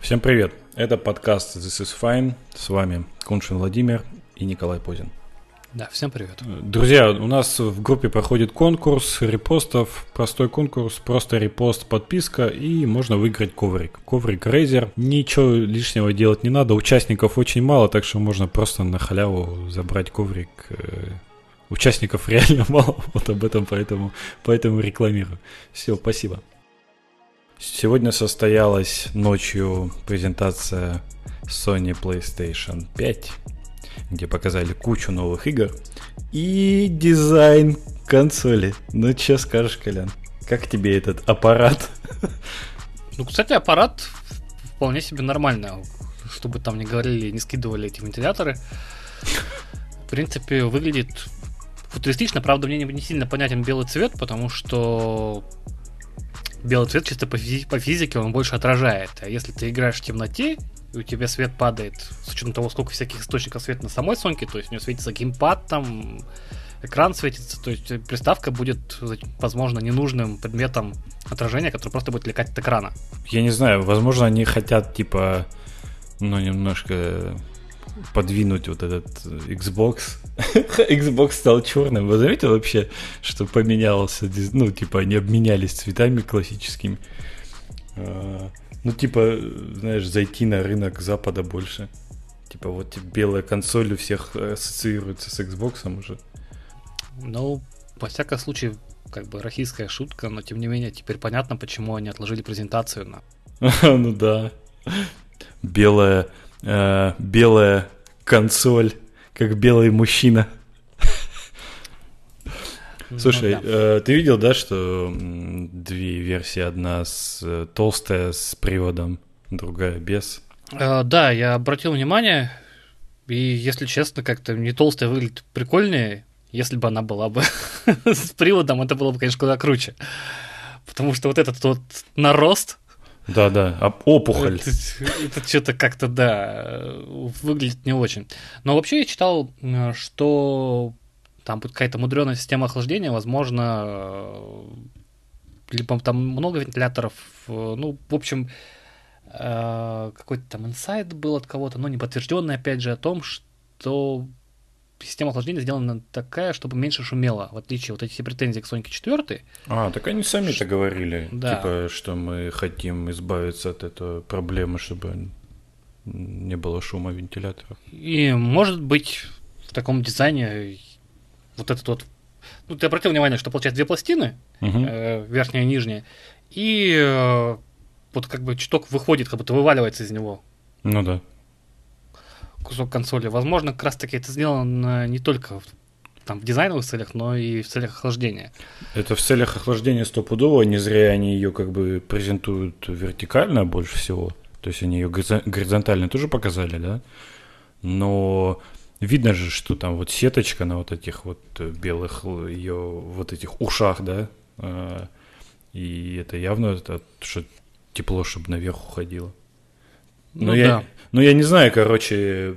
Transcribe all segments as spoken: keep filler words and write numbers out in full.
Всем привет! Это подкаст This is Fine. С вами Куншин Владимир и Николай Позин. Да, всем привет. Друзья, у нас в группе проходит конкурс репостов. Простой конкурс, просто репост, подписка, и можно выиграть коврик. Коврик Razer. Ничего лишнего делать не надо. Участников очень мало, так что можно просто на халяву забрать коврик. Участников реально мало. Вот об этом поэтому, поэтому рекламирую. Все, спасибо. Сегодня состоялась ночью презентация Sony PlayStation пять, где показали кучу новых игр и дизайн консоли. Ну, что скажешь, Колян? Как тебе этот аппарат? Ну, кстати, аппарат вполне себе нормально. Чтобы там не говорили, не скидывали эти вентиляторы. В принципе, выглядит футуристично. Правда, мне не сильно понятен белый цвет, потому что белый цвет чисто по, физи- по физике он больше отражает. А если ты играешь в темноте, и у тебя свет падает, с учетом того, сколько всяких источников света на самой Соньке, то есть у нее светится геймпад, там экран светится, то есть приставка будет, возможно, ненужным предметом отражения, который просто будет отвлекать от экрана. Я не знаю, возможно, они хотят, типа, ну, немножко подвинуть вот этот Xbox. Xbox стал черным. Вы заметили вообще, что поменялся? Ну, типа, они обменялись цветами классическими. Ну, типа, знаешь, зайти на рынок Запада больше. Типа, вот белая консоль у всех ассоциируется с Xbox уже. Ну, во всяком случае, как бы российская шутка, но тем не менее, теперь понятно, почему они отложили презентацию на... Ну да. Белая, э, белая консоль, как белый мужчина. Слушай, ну, да. э, ты видел, да, что две версии, одна с э, толстая с приводом, другая без? Э, да, я обратил внимание, и, если честно, как-то не толстая выглядит прикольнее, если бы она была бы с приводом, это было бы, конечно, куда круче. Потому что вот этот вот нарост... Да-да, опухоль. Это, это что-то как-то, да, выглядит не очень. Но вообще я читал, что... Там будет какая-то мудреная система охлаждения, возможно, либо там много вентиляторов, ну, в общем, какой-то там инсайт был от кого-то, но не подтвержденный, опять же, о том, что система охлаждения сделана такая, чтобы меньше шумело, в отличие от этих претензий к Соньке четыре. А, так они сами-то Ш... говорили, да. Типа, что мы хотим избавиться от этой проблемы, чтобы не было шума вентиляторов. И, может быть, в таком дизайне... Вот этот вот... Ну, ты обратил внимание, что получается две пластины, uh-huh. э, верхняя и нижняя, и э, вот как бы чуток выходит, как будто вываливается из него. Ну да. Кусок консоли. Возможно, как раз-таки это сделано не только в, там, в дизайновых целях, но и в целях охлаждения. Это в целях охлаждения стопудово, не зря они ее как бы презентуют вертикально больше всего. То есть они ее горизонтально тоже показали, да? Но... Видно же, что там вот сеточка на вот этих вот белых ее вот этих ушах, да, и это явно это, что тепло, чтобы наверх уходило. Но ну, я, да. Ну я не знаю, короче,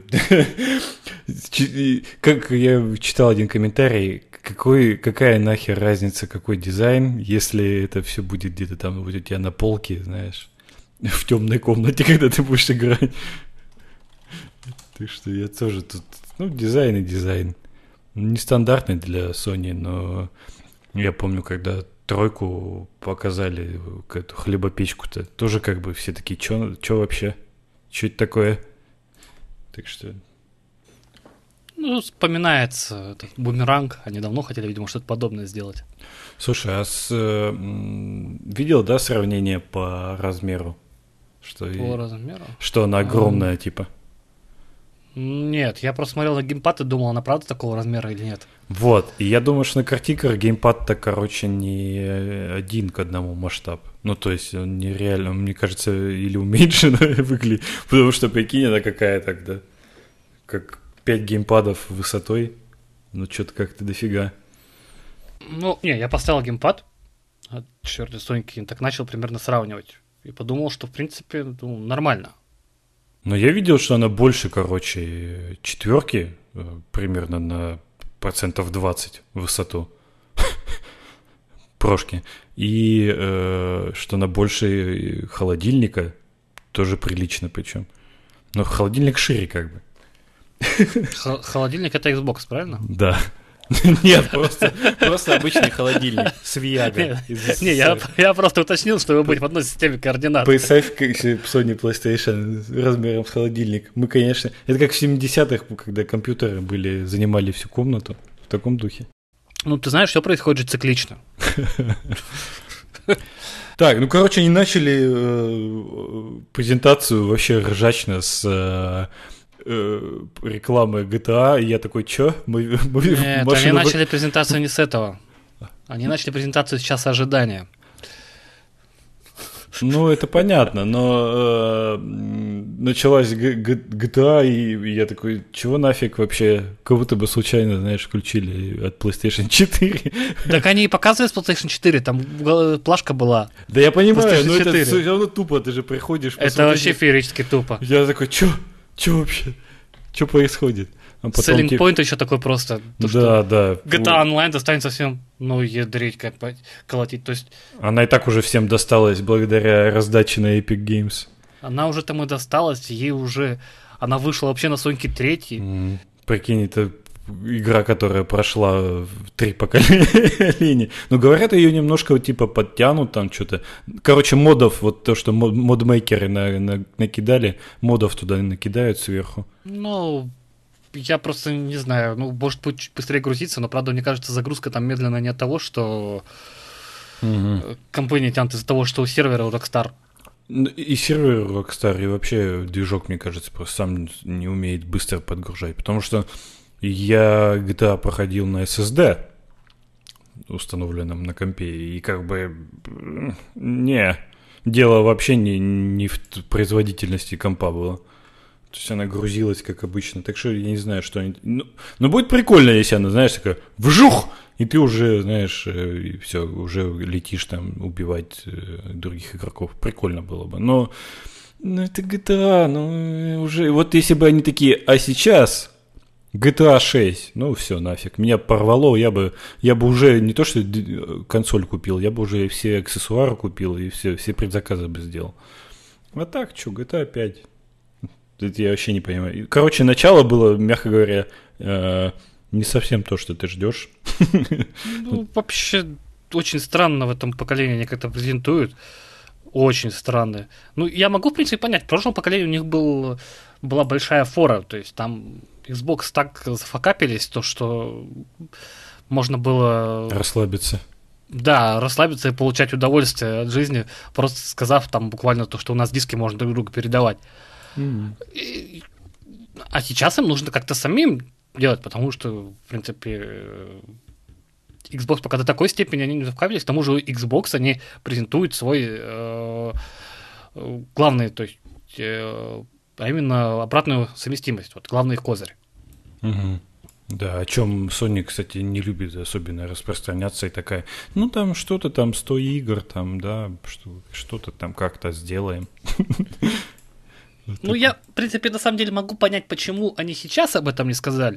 как я читал один комментарий, какой, какая нахер разница, какой дизайн, если это все будет где-то там вот у тебя на полке, знаешь, в темной комнате, когда ты будешь играть. Так что я тоже тут... Ну, дизайн и дизайн. Нестандартный для Sony, но я помню, когда тройку показали, эту хлебопечку-то, тоже как бы все такие, что вообще? Что это такое? Так что... Ну, вспоминается этот бумеранг. Они давно хотели, видимо, что-то подобное сделать. Слушай, а с... видел, да, сравнение по размеру? Что по и... размеру? Что она огромная, а... типа. Нет, я просто смотрел на геймпад и думал, она правда такого размера или нет. Вот, и я думаю, что на картинках геймпад-то, короче, не один к одному масштаб. Ну, то есть он нереально, мне кажется, или уменьшенно выглядит, потому что, прикинь, она какая тогда, как пять геймпадов высотой, ну, что-то как-то дофига. Ну, не, я поставил геймпад от четвертой Соньки, так начал примерно сравнивать, и подумал, что, в принципе, ну, нормально. Но я видел, что она больше, короче, четверки, примерно на процентов двадцать в высоту прошки. И э, что она больше холодильника, тоже прилично причем. Но холодильник шире как бы. Х- холодильник это Xbox, правильно? Да. Нет, просто, просто обычный холодильник с Viagra. Не, я, я просто уточнил, чтобы быть в одной системе координат. Представь, как Sony PlayStation размером с холодильник. Мы, конечно... Это как в семидесятых, когда компьютеры были, занимали всю комнату. В таком духе. Ну, ты знаешь, все происходит же циклично. Так, ну, короче, они начали э, презентацию вообще ржачно с... Э, рекламы джи ти эй, и я такой, чё? Мы, мы Нет, они начали презентацию не с этого. Они начали презентацию с часа ожидания. Ну, это понятно, но э, началась джи ти эй, и я такой, чего нафиг вообще? Как будто бы случайно, знаешь, включили от PlayStation четыре. Так они и показывали с PlayStation четыре, там плашка была. Да я понимаю, но это все равно тупо, ты же приходишь... Это вообще феерически тупо. Я такой, чё? Чё вообще? Чё происходит? А Selling тип... point еще такой просто. То, да, да. джи ти эй Online достанет совсем, ну, ядрить, как колотить. То есть... Она и так уже всем досталась благодаря раздаче на Epic Games. Она уже там и досталась, ей уже... Она вышла вообще на Соньке третий. Mm. Прикинь, это игра, которая прошла три поколения. Ну, говорят, ее немножко типа подтянут там что-то. Короче, модов, вот то, что мод- модмейкеры на- на- накидали, модов туда накидают сверху. Ну, я просто не знаю, ну, может быть, чуть быстрее грузиться, но, правда, мне кажется, загрузка там медленная не от того, что угу. компания тянут из-за того, что у сервера у Rockstar. И сервер Rockstar, и вообще движок, мне кажется, просто сам не умеет быстро подгружать, потому что я джи ти эй проходил на эс эс ди, установленном на компе, и как бы не, дело вообще не, не в производительности компа было. То есть она грузилась, как обычно. Так что я не знаю, что они... Ну, ну будет прикольно, если она, знаешь, такая вжух, и ты уже, знаешь, и все, уже летишь там убивать других игроков. Прикольно было бы. Но ну, это джи ти эй, ну уже... Вот если бы они такие, а сейчас... джи ти эй шесть, ну все, нафиг, меня порвало, я бы, я бы уже не то что консоль купил, я бы уже все аксессуары купил и все, все предзаказы бы сделал. А так, что, джи ти эй пять, это я вообще не понимаю. Короче, начало было, мягко говоря, э, не совсем то, что ты ждешь. Ну, вообще, очень странно в этом поколении они как-то презентуют. Очень странно. Ну, я могу, в принципе, понять. В прошлом поколении у них был, была большая фора. То есть там Xbox так зафакапились, то, что можно было... Расслабиться. Да, расслабиться и получать удовольствие от жизни, просто сказав там буквально то, что у нас диски можно друг другу передавать. Mm. И, а сейчас им нужно как-то самим делать, потому что, в принципе, Xbox пока до такой степени они не зафакапились. К тому же Xbox они презентуют свой э, главный, то есть, э, а именно обратную совместимость. Вот главный их козырь. Mm-hmm. Да, о чем Sony, кстати, не любит особенно распространяться и такая, ну там что-то там, сто игр, там, да, что, что-то там как-то сделаем. Ну, я, в принципе, на самом деле могу понять, почему они сейчас об этом не сказали,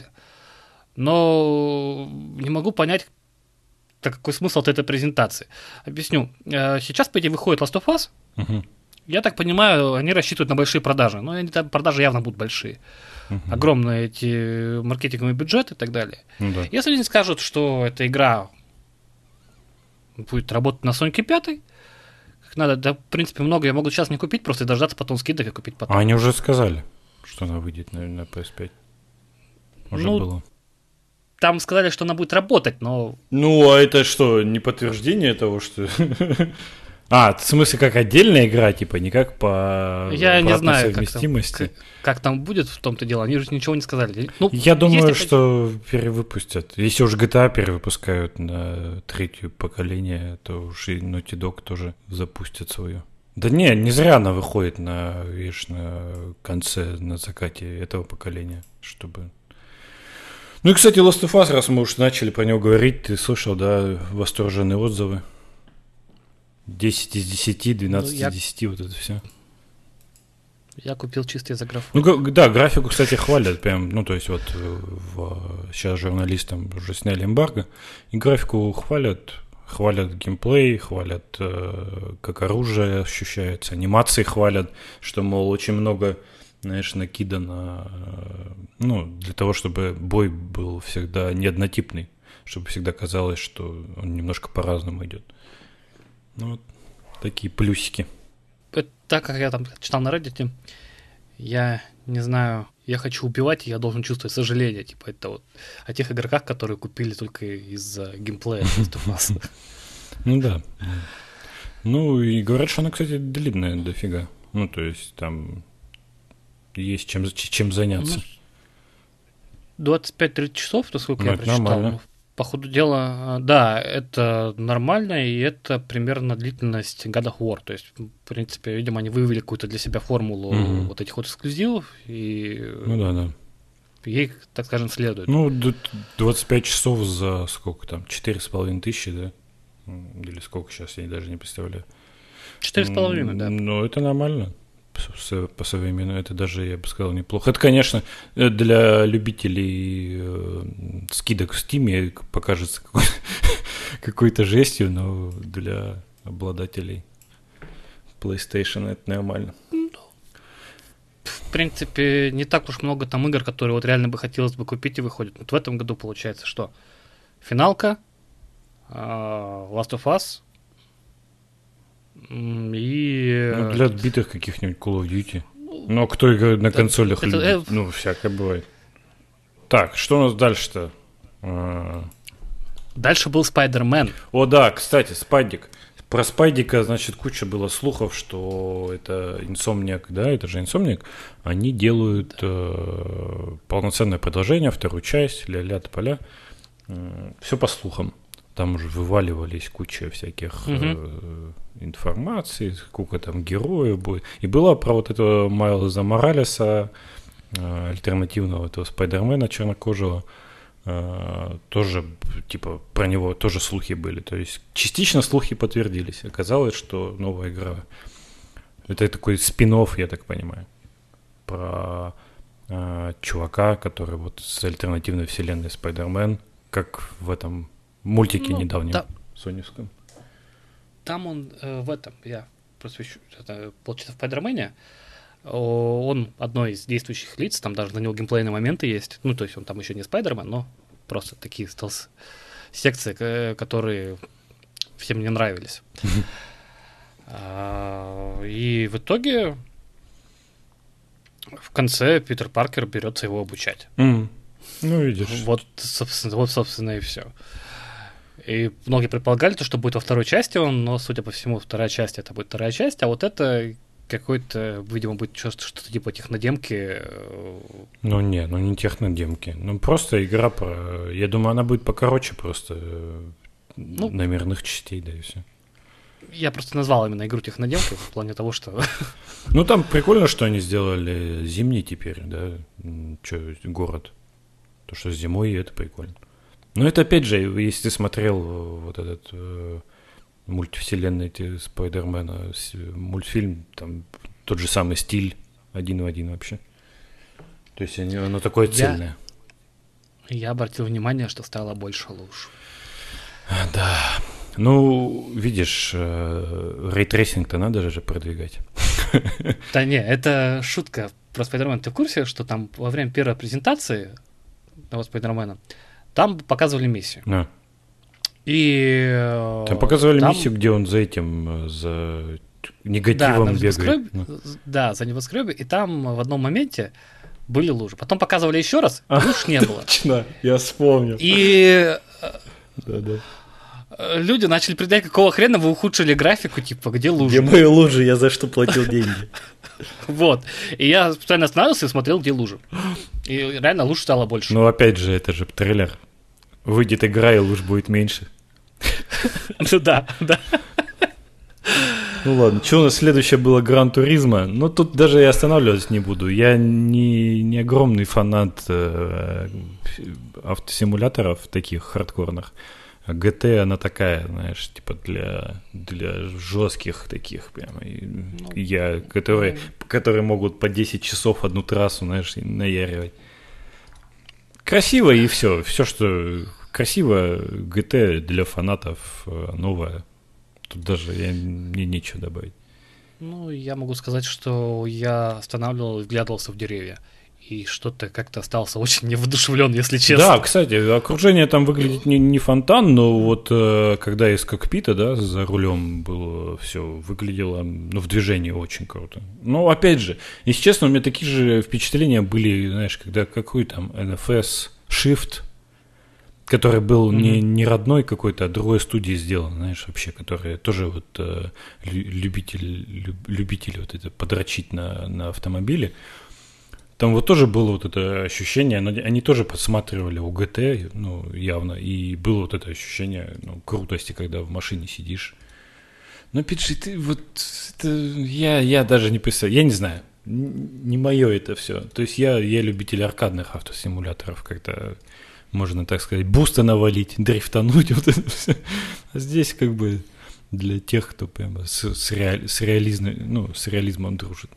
но не могу понять, какой смысл от этой презентации. Объясню. Сейчас, по идее, выходит Last of Us. Uh-huh. Я так понимаю, они рассчитывают на большие продажи. Но они, там продажи явно будут большие. Uh-huh. Огромные эти маркетинговые бюджеты и так далее. Uh-huh. Если они скажут, что эта игра будет работать на Соньке пять, как надо, да, в принципе, много я могу сейчас не купить, просто дождаться потом скидок и купить потом. А они уже сказали, что она выйдет, наверное, на пи эс пять. Уже ну, было. Там сказали, что она будет работать, но... Ну, а это что, не подтверждение того, что... А, в смысле, как отдельная игра, типа, не как по я не знаю, совместимости? Как там, как, как там будет, в том-то дело. Они же ничего не сказали. Ну, я думаю, если... что перевыпустят. Если уж джи ти эй перевыпускают на третье поколение, то уж и Naughty Dog тоже запустят свою. Да не, не зря она выходит на, видишь, на конце, на закате этого поколения, чтобы... Ну и, кстати, Last of Us, раз мы уж начали про него говорить, ты слышал, да, восторженные отзывы? десять из десяти, двенадцать ну, я... из десяти, вот это все. Я купил чисто из-за графики. Ну, да, графику, кстати, хвалят прям, ну, то есть вот в, сейчас журналистам уже сняли эмбарго, и графику хвалят, Хвалят геймплей, хвалят, э, как оружие ощущается, анимации хвалят, что, мол, очень много, знаешь, накидано, э, ну, для того, чтобы бой был всегда не однотипный, чтобы всегда казалось, что он немножко по-разному идет. Ну, вот такие плюсики. Это, так как я там читал на Reddit, я не знаю, я хочу убивать, и я должен чувствовать сожаление, типа это вот о тех игроках, которые купили только из-за геймплея Last of Us. Ну да. Ну и говорят, что она, кстати, длинная дофига. Ну то есть там есть чем, чем заняться. двадцать пять тридцать часов, насколько ну, я прочитал. Нормально. По ходу дела, да, это нормально, и это примерно длительность God of War. То есть, в принципе, видимо, они вывели какую-то для себя формулу mm-hmm. вот этих вот эксклюзивов, и ну, да, да. ей, так скажем, следует. Ну, двадцать пять часов за сколько там? четыре с половиной тысячи, да? Или сколько сейчас, я даже не представляю. Четыре с половиной, да. Ну, это нормально. По современному, это даже, я бы сказал, неплохо. Это, конечно, для любителей э, скидок в Steam покажется какой- какой-то жестью, но для обладателей PlayStation это нормально. В принципе, не так уж много там игр, которые вот реально бы хотелось бы купить и выходят. Вот в этом году получается, что финалка, uh, Last of Us, и... Ну, для отбитых каких-нибудь Call of Duty. Но кто играет на консолях это, любит? это... Ну, всякое бывает. Так, что у нас дальше-то? А... Дальше был Spider-Man. О, да, кстати, Спайдик. Про Спайдика, значит, куча было слухов, что это Insomniac, да, это же Insomniac. Они делают э, полноценное продолжение, вторую часть, ля-ля тополя. Э, все по слухам. Там уже вываливались куча всяких э, информации, сколько там героев будет. И было про вот этого Майлза Моралеса, э, альтернативного этого Спайдермена чернокожего. Uh, тоже, типа, про него тоже слухи были. То есть частично слухи подтвердились. Оказалось, что новая игра. Это такой спин-офф, я так понимаю. Про uh, чувака, который вот с альтернативной вселенной Спайдермен, как в этом мультике ну, недавнем да. соневском. Там он э, в этом, я просвещу, это, получается, в Спайдермене. Он одно из действующих лиц, там даже на него геймплейные моменты есть. Ну, то есть он там еще не Спайдермен, но просто такие стелс-секции, которые всем не нравились. И в итоге в конце Питер Паркер берется его обучать. Ну, видишь. Вот, собственно, вот, собственно, и все. И многие предполагали, что будет во второй части он, но, судя по всему, вторая часть это будет вторая часть, а вот это... какой-то, видимо, будет что-то типа технодемки. Ну, не, ну не технодемки. Ну, просто игра про... Я думаю, она будет покороче просто ну, номерных частей, да и все. Я просто назвал именно игру технодемкой в плане того, что... Ну, там прикольно, что они сделали зимний теперь, да, Че, город. То, что зимой, это прикольно. Но это, опять же, если ты смотрел вот этот... мультивселенной Спайдермена, мультфильм, там тот же самый стиль, один в один вообще. То есть оно такое цельное. Я, я обратил внимание, что стало больше луж. Да. Ну, видишь, рейтрейсинг-то надо же продвигать. Да не, это шутка про Спайдермен. Ты в курсе, что там во время первой презентации того Спайдермена там показывали миссию? Да. И там показывали там... миссию, где он за этим, за негативом да, бегает. Ну. Да, за небоскребе, и там в одном моменте были лужи. Потом показывали еще раз, а, луж не было. Точно, я вспомнил. И да, да. люди начали предать, какого хрена вы ухудшили графику, типа, где лужи? Где мои лужи, я за что платил деньги. Вот. И я специально остановился и смотрел, где лужи. И реально луж стало больше. Ну, опять же, это же трейлер. Выйдет игра, и луж будет меньше. Ну да, да. Ну ладно, что у нас следующее было? Гран Туризмо. Ну тут даже я останавливаться не буду. Я не, не огромный фанат э, автосимуляторов таких хардкорных. А джи ти эй, она такая, знаешь, типа для, для жестких таких прямо. Ну, я, которые, ну, которые могут по десять часов одну трассу, знаешь, наяривать. Красиво и все. Все, что красиво, джи ти для фанатов новая. Тут даже я, мне нечего добавить. Ну, я могу сказать, что я останавливал и вглядывался в деревья. И что-то как-то остался очень невоодушевлен, если честно. Да, кстати, окружение там выглядит не, не фонтан, но вот э, когда из кокпита, да, за рулем было все, выглядело, ну, в движении очень круто. Но, опять же, если честно, у меня такие же впечатления были, знаешь, когда какой там эн эф эс Shift, который был mm-hmm. не, не родной какой-то, а другой студии сделан, знаешь, вообще, который тоже вот э, любитель, люб, любитель вот это подрочить на, на автомобиле. Там вот тоже было вот это ощущение, они тоже подсматривали у джи ти, ну, явно, и было вот это ощущение, ну, крутости, когда в машине сидишь. Но, опять же, ты вот, это, я, я даже не представляю, я не знаю, не мое это все. То есть я, я любитель аркадных автосимуляторов, когда можно, так сказать, буста навалить, дрифтануть, вот это все. А здесь как бы для тех, кто прямо с, с, реали, с, реализм, ну, с реализмом дружит.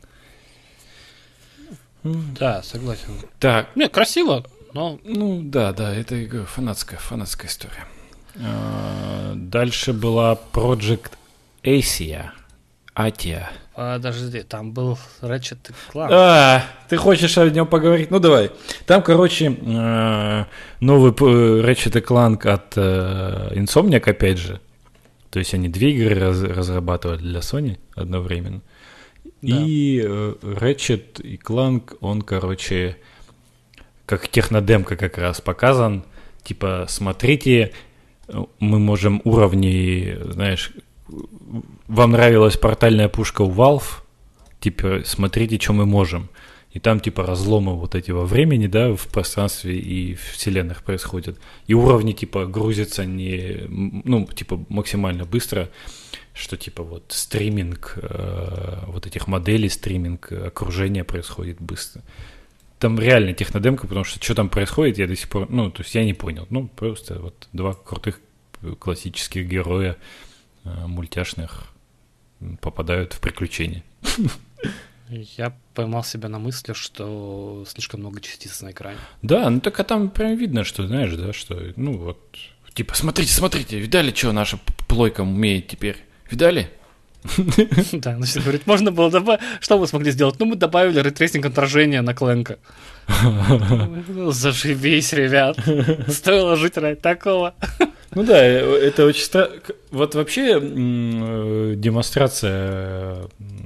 Да, согласен. Так. Не, красиво, но... Ну, да, да, это фанатская, фанатская история. А, дальше была Project Asia. Атия. Подожди, там был Ratchet и Clank. А, ты хочешь о нем поговорить? Ну, давай. Там, короче, новый Ratchet и Clank от Insomniac, опять же. То есть они две игры раз, разрабатывали для Sony одновременно. Да. И э, Ratchet и Clank, он, короче, как технодемка как раз показан. Типа, смотрите, мы можем уровни, знаешь, вам нравилась портальная пушка у Valve, типа, смотрите, что мы можем. И там, типа, разломы вот эти во времени, да, в пространстве и в вселенных происходят. И уровни, типа, грузятся не, ну, типа, максимально быстро. Что типа вот стриминг э, вот этих моделей, стриминг окружения происходит быстро. Там реально технодемка, потому что что там происходит, я до сих пор, ну, то есть я не понял. Ну, просто вот два крутых классических героя э, мультяшных попадают в приключения. Я поймал себя на мысли, что слишком много частиц на экране. Да, ну так а там прям видно, что, знаешь, да, что, ну вот, типа, смотрите, смотрите, видали, что наша плойка умеет теперь? Видали? Да, значит, говорит, можно было добавить... Что мы смогли сделать? Ну, мы добавили рейтрейсинг отражения на Клэнка. Заживись, ребят. Стоило жить ради такого. Ну да, это очень странно. Вот вообще демонстрация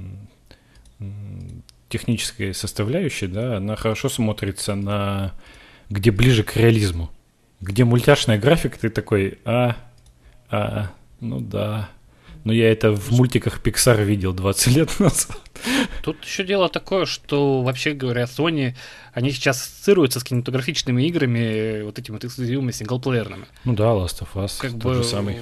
технической составляющей, да, она хорошо смотрится на... где ближе к реализму. Где мультяшная графика, ты такой, а, а, ну да... Но я это в мультиках Pixar видел двадцать лет назад. Тут еще дело такое, что, вообще говоря, Sony, они сейчас ассоциируются с кинематографичными играми, вот этими вот эксклюзивными синглплеерными. Ну да, Last of Us, как тот бы... же самый.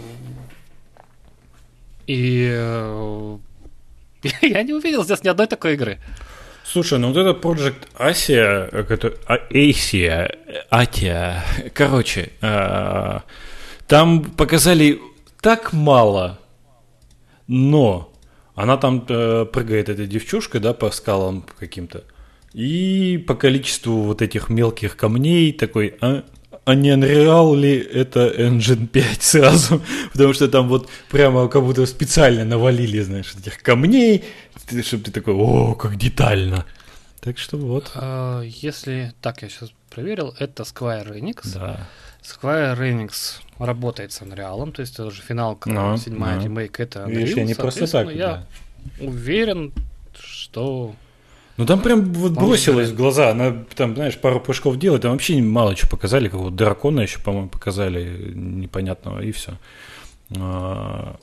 И э... я не увидел здесь ни одной такой игры. Слушай, ну вот это Project Asia, это Asia, Атия, короче, там показали так мало. Но она там э, прыгает, эта девчушка, да, по скалам каким-то. И по количеству вот этих мелких камней такой, а, а не Unreal ли это Engine пять сразу? Потому что там вот прямо как будто специально навалили, знаешь, этих камней, чтобы ты такой, о, как детально. Так что вот. А, если, так, я сейчас проверил, это Square Enix. Да. Square Enix работает с Unreal, то есть это уже финалка, no, седьмая no. ремейк, это Unreal. Видишь, я не просто так, я да. уверен, что... Ну там прям вот бросилось в глаза, она там, знаешь, пару прыжков делает, там вообще мало чего показали, какого-то дракона еще, по-моему, показали непонятного, и все. А,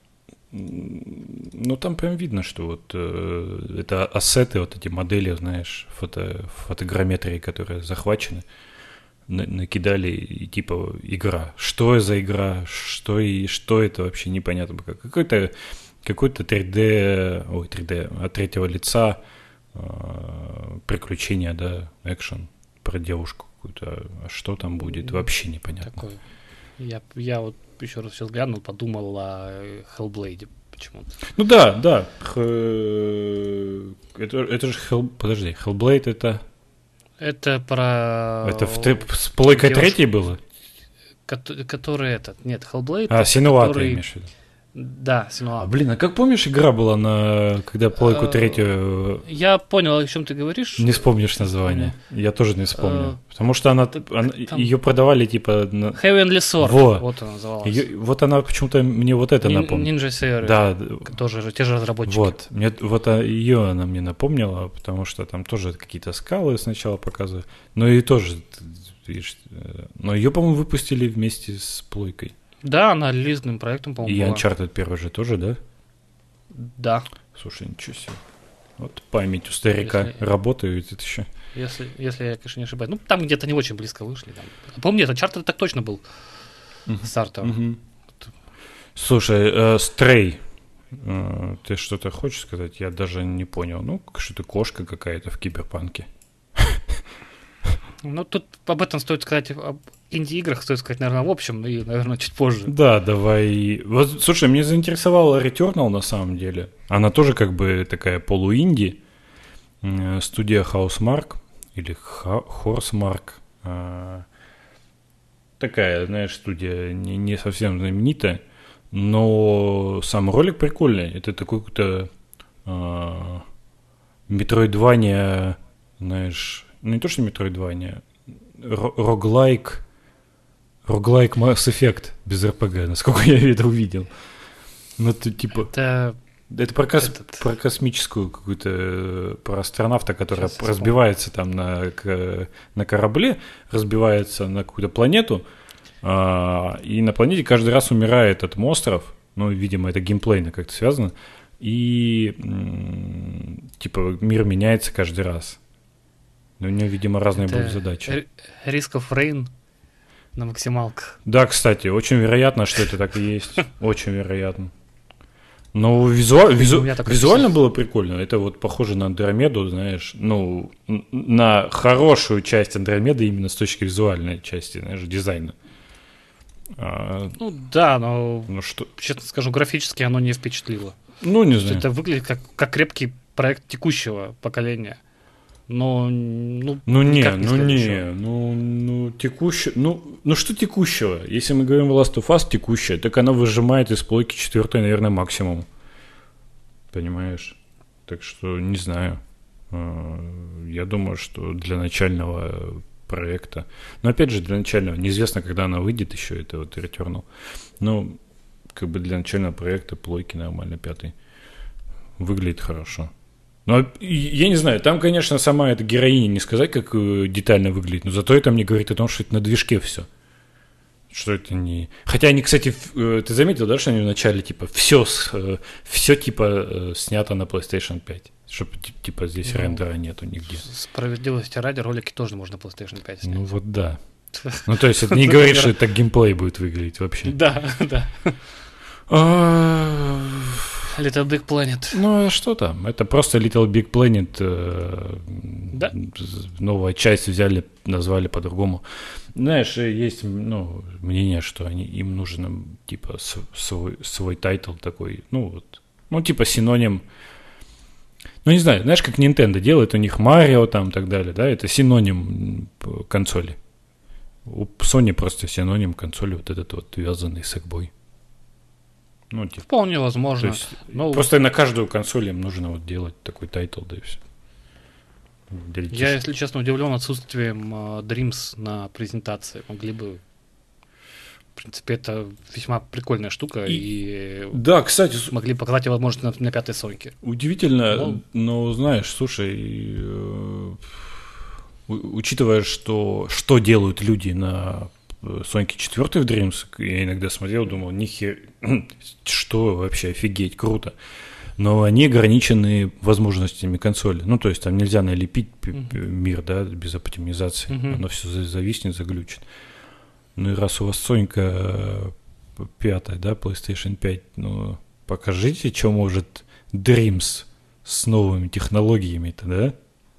ну там прям видно, что вот э, это ассеты, вот эти модели, знаешь, фото, фотограмметрии, которые захвачены, накидали, и типа игра. Что за игра? Что и что это вообще непонятно. Какой-то какой-то три дэ, ой, три дэ от третьего лица э, приключения, да, экшен про девушку какую-то. А что там будет, вообще непонятно. Такое. Я, я вот еще раз сейчас глянул, подумал о Hellblade почему-то. Ну да, да. Х... Это, это же Hell... Подожди, Hellblade это... Это про... Это в, с плойкой третьей было? который этот... Нет, Hellblade... А, Синуа который... ты имеешь в виду? Да, Синуа. А, блин, а как помнишь, игра была на... Когда плойку третью... Я понял, о чем ты говоришь. Не вспомнишь название. Я тоже не вспомню. Потому что она... она ее продавали типа... На... Heavenly Sword. Во. Вот она называлась. Ее, вот она почему-то мне вот это Нин, напомнила. Ninja Theory. Да. Тоже же, те же разработчики. Вот. Мне, вот ее она мне напомнила, потому что там тоже какие-то скалы сначала показывают. Но и тоже... Видишь, но ее, по-моему, выпустили вместе с плойкой. Да, она релизным проектом, по-моему, И была. Uncharted первый же тоже, да? Да. Слушай, ничего себе. Вот память у старика Если- работает это еще. Если, если я, конечно, не ошибаюсь. Ну, там где-то не очень близко вышли. Там. А помню, это Uncharted так точно был стартовый. Мгм. Слушай, э, Стрей, э, ты что-то хочешь сказать? Я даже не понял. Ну, что-то кошка какая-то в киберпанке. Ну, тут об этом стоит сказать, об инди-играх стоит сказать, наверное, в общем, и, наверное, чуть позже. Да, давай. Вот, слушай, меня заинтересовала Returnal на самом деле. Она тоже как бы такая полуинди. М, Студия Housemarque или Ха- Horsemarque. А, Такая, знаешь, студия не, не совсем знаменитая, но сам ролик прикольный. Это такой какой-то а, Metroidvania, знаешь, ну не то, что Metroidvania, ро- роглайк, роглайк Mass Effect без эр пи джи, насколько я это увидел. Ну, это типа... Это Это про, кос- Этот- про космическую какую-то, э, про астронавта, который Сейчас разбивается там на, к- на корабле, разбивается на какую-то планету, а, и на планете каждый раз умирает от монстров, ну, видимо, это геймплейно как-то связано, и м, типа мир меняется каждый раз. Но у него, видимо, разные это будут задачи. Р- Risk of Rain на максималках. Да, кстати, очень вероятно, что это так и есть. Очень вероятно. Но визуа- визу- у меня такое визуально было прикольно. Это вот похоже на Андромеду, знаешь, ну, н- на хорошую часть Андромеды именно с точки визуальной части, знаешь, дизайна. А, Ну да, но, ну что, честно скажу, графически оно не впечатлило. ну не То есть знаю. это выглядит как, как крепкий проект текущего поколения. Но, ну, Ну не, никак ну следующего. не, ну, ну текущее, ну, ну что текущего? Если мы говорим Last of Us текущее, так она выжимает из плойки четвертой, наверное, максимум. Понимаешь? Так что не знаю. А, Я думаю, что для начального проекта, но опять же для начального, неизвестно, когда она выйдет еще, это вот Returnal. Ну, как бы для начального проекта плойки нормально пятый. Выглядит хорошо. Но и- я не знаю, там, конечно, сама эта героиня, не сказать, как э, детально выглядит, но зато это мне говорит о том, что это на движке все. Что это не... Хотя они, кстати, ф- э, ты заметил, да, что они вначале, типа, все, все типа, э, снято на PlayStation пять? Чтобы, типа, здесь Ну, рендера нету нигде. Справедливости ради, ролики тоже можно на PlayStation пять снять. Ну вот да. Ну то есть это не говорит, что это так геймплей будет выглядеть вообще. Да, да. А, Little Big Planet. Ну а что там? Это просто Little Big Planet. э, Да. Новая часть взяли, назвали по-другому. Знаешь, есть, ну, мнение, что они, им нужен типа с- свой, свой тайтл такой, ну вот, ну типа синоним. Ну не знаю, знаешь, как Nintendo делает, у них Марио там и так далее, да, это синоним м, консоли. У Sony просто синоним консоли вот этот вот вязаный сэкбой. Ну, типа, Вполне то возможно. есть Ну, просто на каждую консоль им нужно вот делать такой тайтл, да и все. я, если честно, удивлен отсутствием э, Dreams на презентации. Могли бы... В принципе, это весьма прикольная штука, и, И- Да, кстати, с- могли показать ее, возможно, на, на пятой Соньке. удивительно, Ну. но знаешь, слушай, э, у- учитывая, что, что делают люди на э, Соньке четыре в Dreams, я иногда смотрел, думал, нихер, что вообще, офигеть, круто. Но они ограничены возможностями консоли. Ну, то есть там нельзя налепить п- п- мир, да, без оптимизации. Мгм. Оно все зависнет, заглючит. Ну и раз у вас Сонька э, пятая, да, PlayStation пять, ну, покажите, что может Dreams с новыми технологиями-то, да?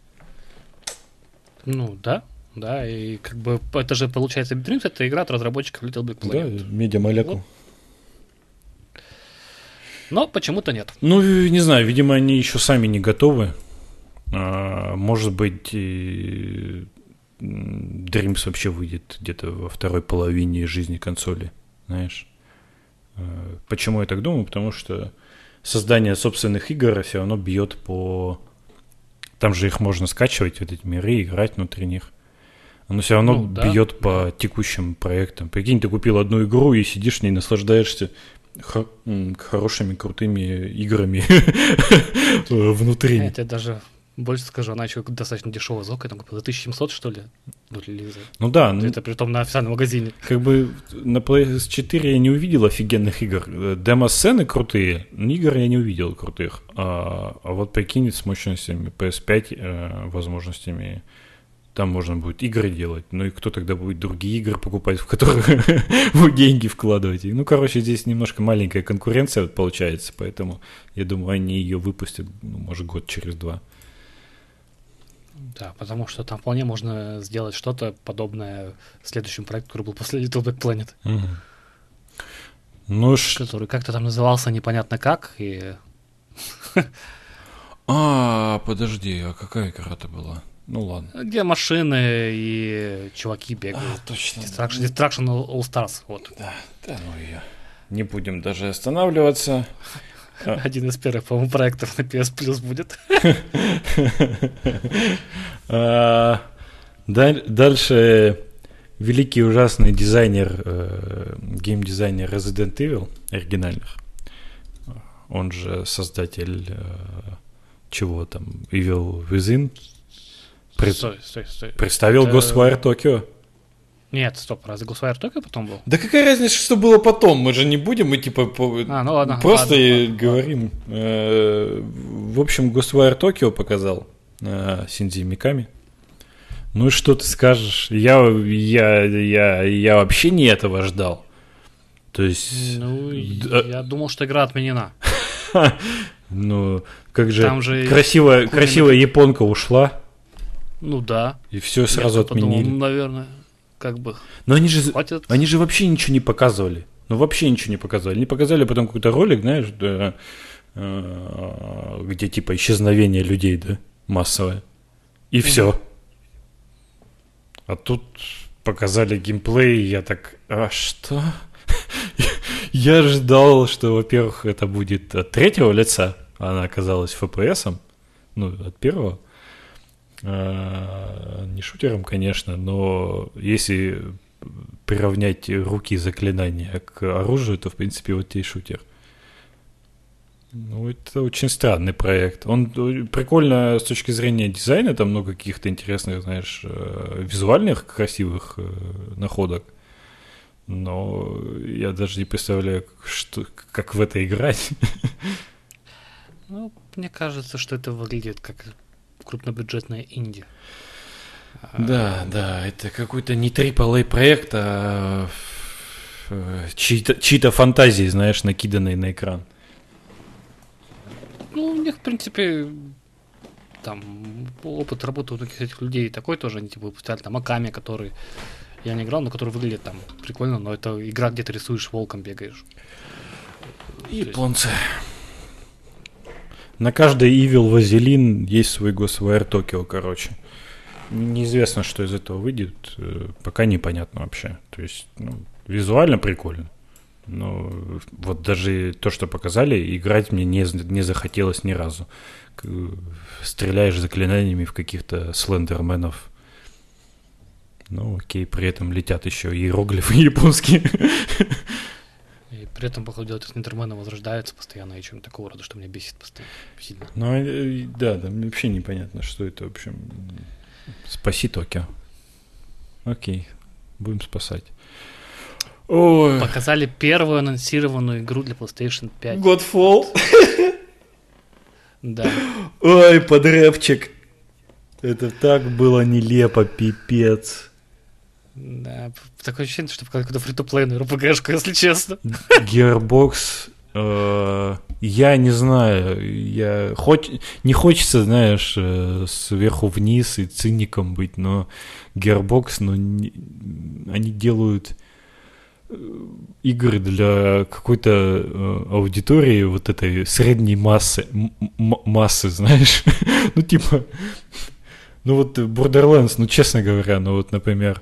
Ну, да. Да, и как бы это же получается Dreams, это игра от разработчиков Little Big Planet. медиамолекул. Вот. Но почему-то нет. Ну, не знаю, видимо, они еще сами не готовы. А, может быть, и- Dreams вообще выйдет где-то во второй половине жизни консоли, знаешь. Почему я так думаю? Потому что создание собственных игр все равно бьет по... Там же их можно скачивать, вот эти миры, играть внутри них. Оно все равно ну, да. бьет по текущим проектам. Прикинь, ты купил одну игру и сидишь в ней, наслаждаешься хо- хорошими, крутыми играми внутри. Я тебе даже больше скажу, она еще достаточно дешевая звук, там за тысяча семьсот, что ли? Ну да. Это при том на официальном магазине. Как бы на пи эс четыре я не увидел офигенных игр. Демо-сцены крутые, но игр я не увидел крутых. А, а вот прикинь, с мощностями пи эс пять, э, возможностями, там можно будет игры делать. Ну и кто тогда будет другие игры покупать, в которые вы деньги вкладываете? Ну, короче, здесь немножко маленькая конкуренция получается, поэтому я думаю, они ее выпустят, ну, может, год через два. Да, потому что там вполне можно сделать что-то подобное следующему проекту, который был после Little Big Planet. Угу. Ну, который как-то там назывался непонятно как. И... А, подожди, а какая игра-то была? Ну ладно. Где машины и чуваки бегают. А, точно. Destruction, Destruction All Stars. Вот. Да, да, ну ее. Не будем даже останавливаться. Один из первых, по-моему, проектов на пи эс Plus будет. Дальше великий ужасный дизайнер, геймдизайнер Resident Evil оригинальных. Он же создатель чего там, Evil Within. Стой, стой, стой. Представил Ghostwire Tokyo. Нет, стоп, разве Ghostwire Tokyo потом был? Да какая разница, что было потом? Мы же не будем, мы типа по... а, ну ладно, просто ладно, ладно, говорим. Ладно. Э, в общем, Ghostwire Tokyo показал э, Синдзи Миками. Ну и что ты скажешь? Я, я, я, я вообще не этого ждал. То есть... Ну, д- я думал, что игра отменена. Ну, как же красивая, красивая японка ушла. Ну да. И все сразу отменили. Подумал, наверное, как бы. Но они же, они же вообще ничего не показывали. Ну вообще ничего не показывали. Они показали потом какой-то ролик, знаешь, да, э, где типа исчезновение людей, да, массовое. И mm-hmm. все. А тут показали геймплей, и я так, а что? Я ожидал, что, во-первых, это будет от третьего лица, а она оказалась эф пи эс-ом, ну, от первого. А, не шутером, конечно, но если приравнять руки заклинания к оружию, то, в принципе, вот тебе шутер. Ну, это очень странный проект. Он прикольно с точки зрения дизайна, там много каких-то интересных, знаешь, визуальных красивых находок. Но я даже не представляю, что, как в это играть. Ну, мне кажется, что это выглядит как крупнобюджетная инди. Да, да, это какой-то не трипл эй проект, а чьи-то, чьи-то фантазии, знаешь, накиданные на экран. Ну, у них, в принципе, там опыт работы у таких этих людей такой тоже. Они типа выпускали там Аками, который я не играл, но который выглядит там прикольно, но это игра, где ты рисуешь, волком бегаешь. Японцы. На каждый Evil Вазелин есть свой Ghostwire Tokyo, короче. Неизвестно, что из этого выйдет, пока непонятно вообще. То есть, ну, визуально прикольно. Но вот даже то, что показали, играть мне не, не захотелось ни разу. Стреляешь заклинаниями в каких-то слендерменов. Ну, окей, при этом летят еще иероглифы японские. И при этом, походу, делать слендермены возрождаются постоянно и чем-то такого рода, что меня бесит постоянно сильно. Ну, да, да, вообще непонятно, что это, в общем. Спаси Токио. Окей, будем спасать. Ой. Показали первую анонсированную игру для PlayStation пять. Godfall. Да. Ой, подрэпчик. Это так было нелепо, пипец. Да, такое ощущение, что какой-то фри-то-плейную эр пи джи-шку, если честно. Gearbox, э, я не знаю, я хоть не хочется, знаешь, э, сверху вниз и циником быть, но Gearbox, ну, не, они делают игры для какой-то э, аудитории вот этой средней массы, м- м- массы, знаешь, ну типа, Ну вот Borderlands, ну честно говоря, ну вот, например,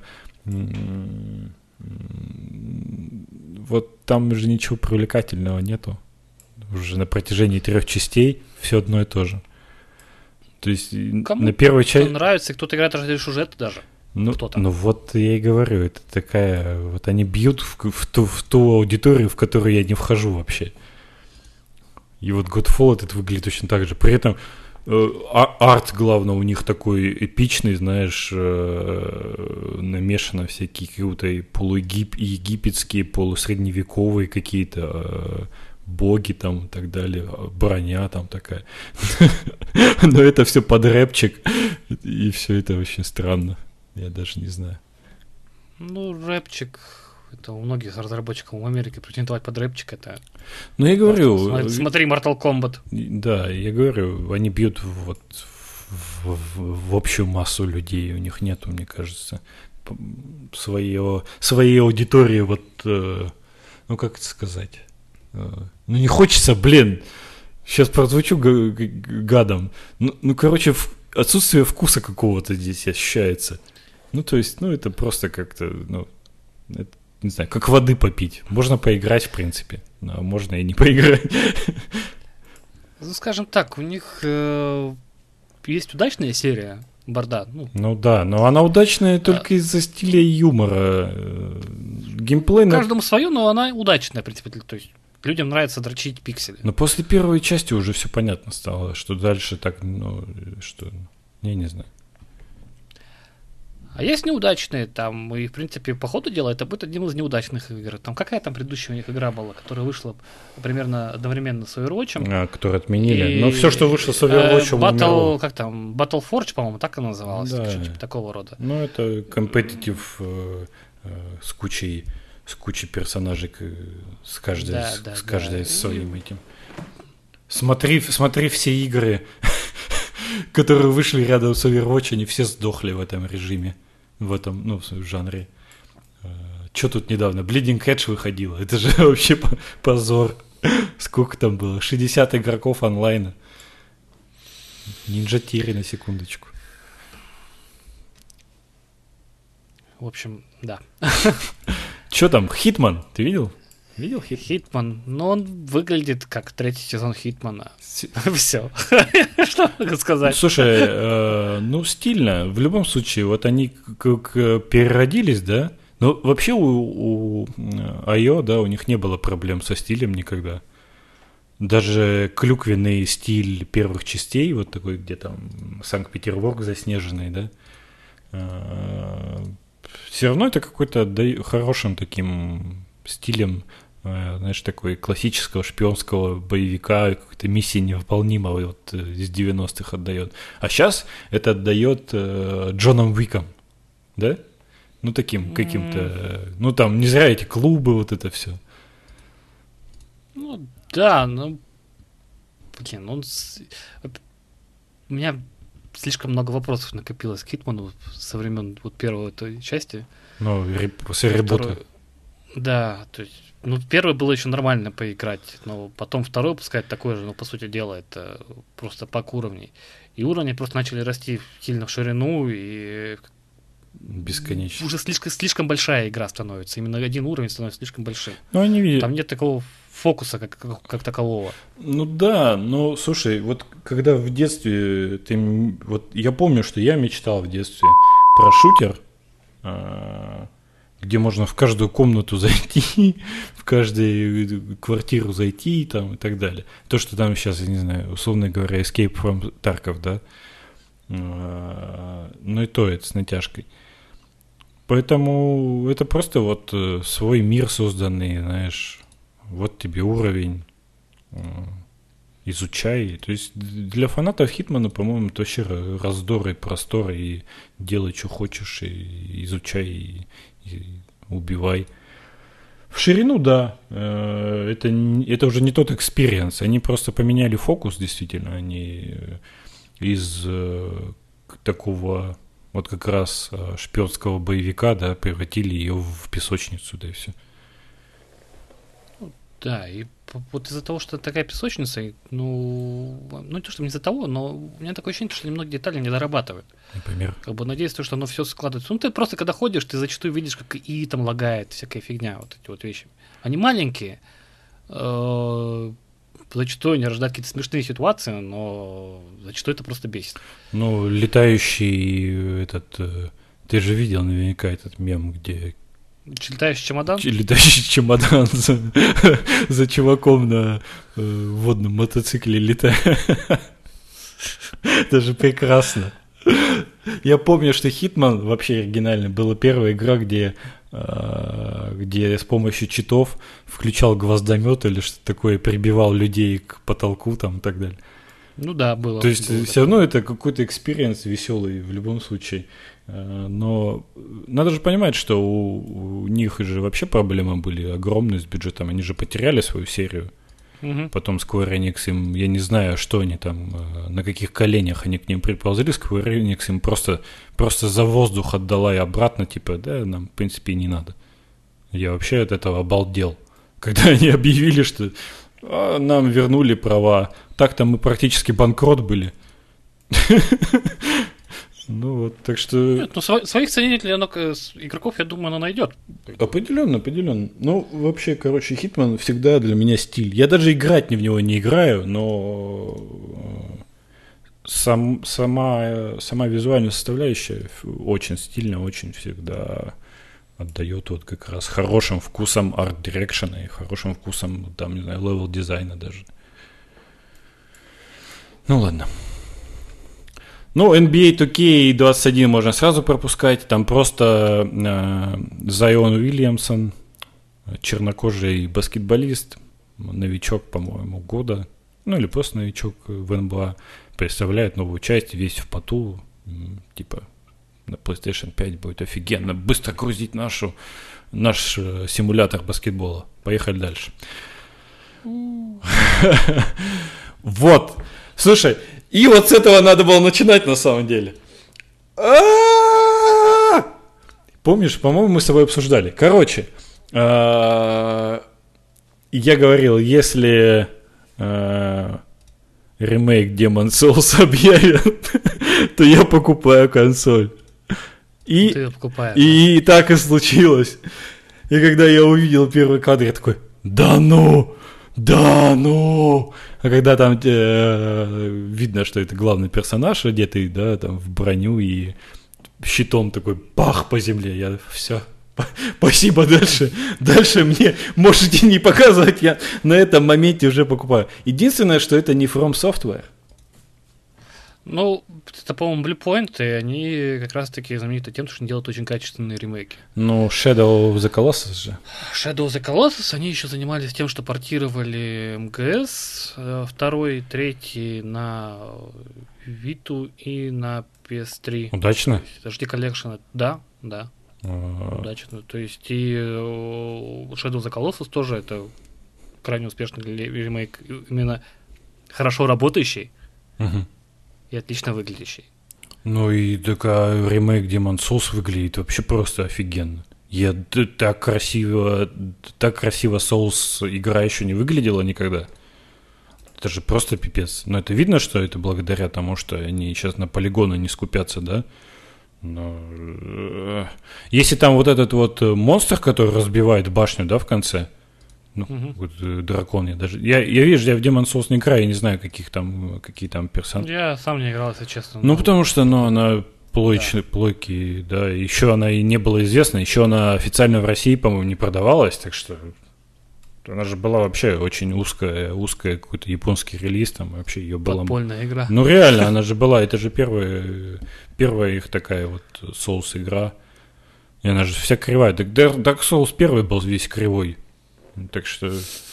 вот там же ничего привлекательного нету. Уже на протяжении трех частей все одно и то же. То есть Кому на первой части... нравится, кто-то играет ради сюжета даже. Ну, кто-то. ну вот я и говорю, это такая... Вот они бьют в, в, ту, в ту аудиторию, в которую я не вхожу вообще. И вот Godfall этот выглядит точно так же. При этом э, арт, главное, у них такой эпичный, знаешь, э, намешано всякие какие-то полуегипетские, полусредневековые какие-то... Э, боги там и так далее, броня там такая. Но это все под рэпчик, и все это очень странно. Я даже не знаю. Ну, рэпчик, это у многих разработчиков в Америке претендовать под рэпчик, это... Ну, я говорю... Смотри, смотри Mortal Kombat. Да, я говорю, они бьют вот в, в, в общую массу людей, у них нету, мне кажется, своего, своей аудитории, вот, ну, как это сказать... Ну, не хочется, блин, сейчас прозвучу г- г- гадом. Ну, ну, короче, в... отсутствие вкуса какого-то здесь ощущается. Ну, то есть, ну, это просто как-то, ну, это, не знаю, как воды попить. Можно поиграть, в принципе, но можно и не поиграть. Ну, скажем так, у них э, есть удачная серия Борда. Ну, ну да, но она удачная только а... из-за стиля и юмора. Геймплей... Каждому на... свое, но она удачная, в принципе, то есть... Людям нравится дрочить пиксели. Но после первой части уже все понятно стало, что дальше так, ну, что, я не знаю. А есть неудачные там, и, в принципе, по ходу дела это будет один из неудачных игр. Там какая там предыдущая у них игра была, которая вышла примерно одновременно с Overwatch. А, которую отменили. И... Но все, что вышло с Overwatch, э, Battle, как там, Battleforge, по-моему, так она называлась. Да. Что-то типа такого рода. Ну, это компетитив э, э, с кучей... с кучей персонажей с каждой, да, с, да, с каждой да. своим этим. Смотри, смотри все игры, которые вышли рядом с Overwatch, они все сдохли в этом режиме, в этом, ну, в жанре. Что тут недавно? Bleeding Edge выходила. Это же вообще позор. Сколько там было? шестьдесят игроков онлайна. Ninja Theory на секундочку. В общем, да. Что там, Хитман? Ты видел? Видел Хитман? Хитман, ну он выглядит как третий сезон Хитмана. С... Все. Что могу сказать? Слушай, э, ну стильно. В любом случае, вот они как переродились, да? Но вообще у, у ай о, да, у них не было проблем со стилем никогда. Даже клюквенный стиль первых частей, вот такой, где там Санкт-Петербург заснеженный, да? Э, все равно это какой-то отда... хорошим таким стилем, знаешь, такой классического шпионского боевика, какой-то миссии невыполнимого вот из девяностых отдает. А сейчас это отдает э, Джоном Уиком, да? Ну, таким каким-то... Mm. Ну, там, не зря эти клубы, вот это все. Ну, да, ну... Блин, он... У меня... слишком много вопросов накопилось к Хитману со времен вот первой этой части. Ну, после ребута. Да, то есть, ну, первый было еще нормально поиграть, но потом второй выпускать такой же, ну, по сути дела, это просто пак уровней. И уровни просто начали расти сильно в ширину, и... Бесконечно. Уже слишком, слишком большая игра становится. Именно один уровень становится слишком большим. Ну, они видят. Там нет такого фокуса как, как, как такового. Ну да, но слушай, вот когда в детстве ты, вот я помню, что я мечтал в детстве про шутер, где можно в каждую комнату зайти, в каждую квартиру зайти там, и так далее. То, что там сейчас, я не знаю, условно говоря, Escape from Tarkov, да, ну и то это с натяжкой. Поэтому это просто вот свой мир созданный, знаешь, вот тебе уровень, изучай. То есть для фанатов Хитмана, по-моему, это вообще раздор и простор, и делай, что хочешь, и изучай, и, и убивай. В ширину, да, это, это уже не тот экспириенс. Они просто поменяли фокус, действительно. Они из такого вот как раз шпионского боевика, да, превратили ее в песочницу, да и все. Да, и вот из-за того, что такая песочница, ну, ну не то, что не из-за того, но у меня такое ощущение, что немного деталей не дорабатывают. Например? Как бы надеюсь, что оно все складывается. Ну, ты просто когда ходишь, ты зачастую видишь, как и там лагает, всякая фигня, вот эти вот вещи. Они маленькие, э- зачастую они рождают какие-то смешные ситуации, но зачастую это просто бесит. Ну, летающий этот... Ты же видел наверняка этот мем, где... Летающий чемодан? Летающий чемодан за, за чуваком на э, водном мотоцикле летает. Это же прекрасно. Я помню, что Hitman, вообще оригинально, была первая игра, где, э, где я с помощью читов включал гвоздомет или что-то такое, прибивал людей к потолку там и так далее. Ну да, было. То есть было все равно это какой-то экспириенс веселый в любом случае. Но надо же понимать, что у, у них же вообще проблемы были огромные с бюджетом. Они же потеряли свою серию. Угу. Потом Square Enix им, я не знаю, что они там, на каких коленях они к ним приползли. Square Enix им просто, просто за воздух отдала и обратно, типа, да, нам в принципе не надо. Я вообще от этого обалдел. Когда они объявили, что а, нам вернули права. Так-то мы практически банкрот были. Ну вот, так что... Нет, ну сво- своих ценителей, оно, игроков, я думаю, оно найдет. Определенно, определенно. Ну, вообще, короче, Hitman всегда для меня стиль. Я даже играть в него не играю, но сам, сама, сама визуальная составляющая очень стильная, очень всегда отдает вот как раз хорошим вкусом арт-дирекшена и хорошим вкусом, там, не знаю, левел-дизайна даже. Ну, ладно. Ну, эн би эй ту кей двадцать один можно сразу пропускать. Там просто э, Зайон Уильямсон, чернокожий баскетболист, новичок, по-моему, года, ну или просто новичок в эн би эй, представляет новую часть, весь в поту, типа на PlayStation пять будет офигенно, быстро грузить нашу, наш э, симулятор баскетбола. Поехали дальше. Вот. Слушай, и вот с этого надо было начинать на самом деле. Помнишь, по-моему, мы с тобой обсуждали. Короче, я говорил, если ремейк Demon's Souls объявят, то я покупаю консоль. И, Ты покупаешь, и да? Так и случилось. И когда я увидел первый кадр, я такой, да ну, да ну. А когда там э, видно, что это главный персонаж, одетый, да, там в броню и щитом такой бах по земле, я все, спасибо, дальше, дальше мне можете не показывать, я на этом моменте уже покупаю. Единственное, что это не From Software. Ну, это, по-моему, Bluepoint, и они как раз-таки знамениты тем, что они делают очень качественные ремейки. Ну, Shadow of the Colossus же. Shadow of the Colossus, они еще занимались тем, что портировали эм гэ эс, второй, третий на Vita и на пи эс три. Удачно? эйч ди Collection, да, да. А-а-а. Удачно. То есть и Shadow of the Colossus тоже это крайне успешный ремейк, именно хорошо работающий. Угу. И отлично выглядящий. Ну и такая ремейк Demon's Souls выглядит вообще просто офигенно. Я так красиво, так красиво Souls игра еще не выглядела никогда. Это же просто пипец. Но это видно, что это благодаря тому, что они сейчас на полигоны не скупятся, да? Но если там вот этот вот монстр, который разбивает башню, да, в конце. Ну, угу. Вот, э, дракон я даже... Я, я вижу, я в Demon's Souls не играю, я не знаю, каких там, какие там персонажи. Я сам не играл, если честно. Ну, но... потому что, ну, она плойчная, да. плойки, да, еще она и не была известна, еще она официально в России, по-моему, не продавалась, так что она же была вообще очень узкая, узкая, какой-то японский релиз, там вообще ее была... Подпольная игра. Ну, реально, она же была, это же первая, первая их такая вот Souls игра, и она же вся кривая. Так Dark Souls первый был весь кривой. Так что,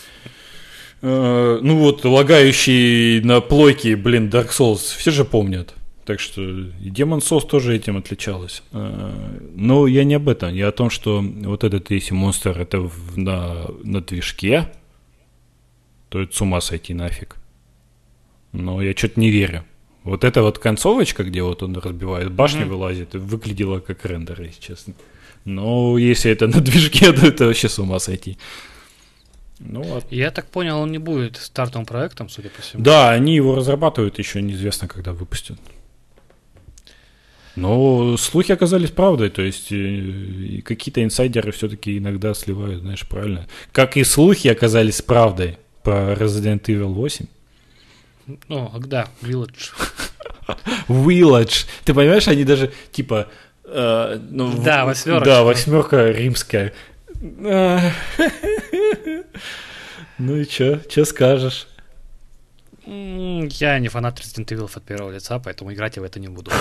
э, ну вот, лагающий на плойке, блин, Dark Souls, все же помнят. Так что и Demon's Souls тоже этим отличалась. Э, но я не об этом, я о том, что вот этот, если монстр это в, на, на движке, то это с ума сойти нафиг. Но я что-то не верю. Вот эта вот концовочка, где вот он разбивает башню, mm-hmm. вылазит, выглядела как рендер, если честно. Но если это на движке, то это вообще с ума сойти. Ну, вот. Я так понял, он не будет стартовым проектом, судя по всему. Да, они его разрабатывают, еще неизвестно, когда выпустят. Но слухи оказались правдой, то есть и какие-то инсайдеры все-таки иногда сливают, знаешь, правильно. Как и слухи оказались правдой про Resident Evil восемь. Ну, да, Village. Village. Ты понимаешь, они даже типа... Э, ну, да, восьмерка. Да, восьмерка римская. Ну и чё? Чё скажешь? Я не фанат Resident Evil от первого лица, поэтому играть я в это не буду.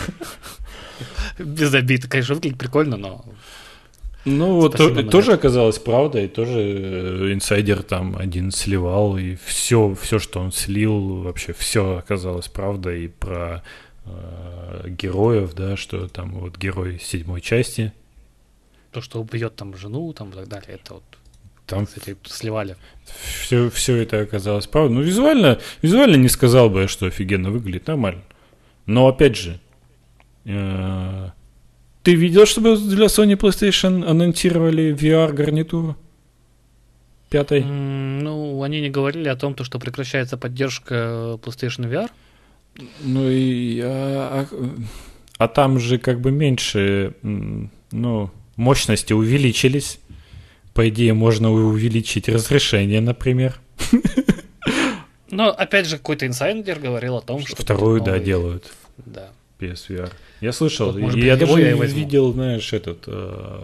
Без обид. Конечно, выглядит прикольно, но... Ну, вот то, тоже оказалось правдой, тоже инсайдер там один сливал, и все, все, что он слил, вообще все оказалось правдой, и про э, героев, да, что там вот герой седьмой части. То, что убьет там жену, там и так далее, это вот там, кстати, сливали. Все, все это оказалось правдой. Ну, визуально, визуально не сказал бы, что офигенно выглядит, нормально. Но, опять же, э, ты видел, чтобы для Sony PlayStation анонсировали ви ар-гарнитуру? Пятой? Mm, ну, они не говорили о том, что прекращается поддержка PlayStation ви ар. Ну, и... А, а, а там же как бы меньше... Ну, мощности увеличились. По идее, можно увеличить разрешение, например. Но, опять же, какой-то инсайдер говорил о том, что... Вторую, да, делают. Да. пи эс ви ар. Я слышал, вот, и я даже я видел, знаешь, этот э,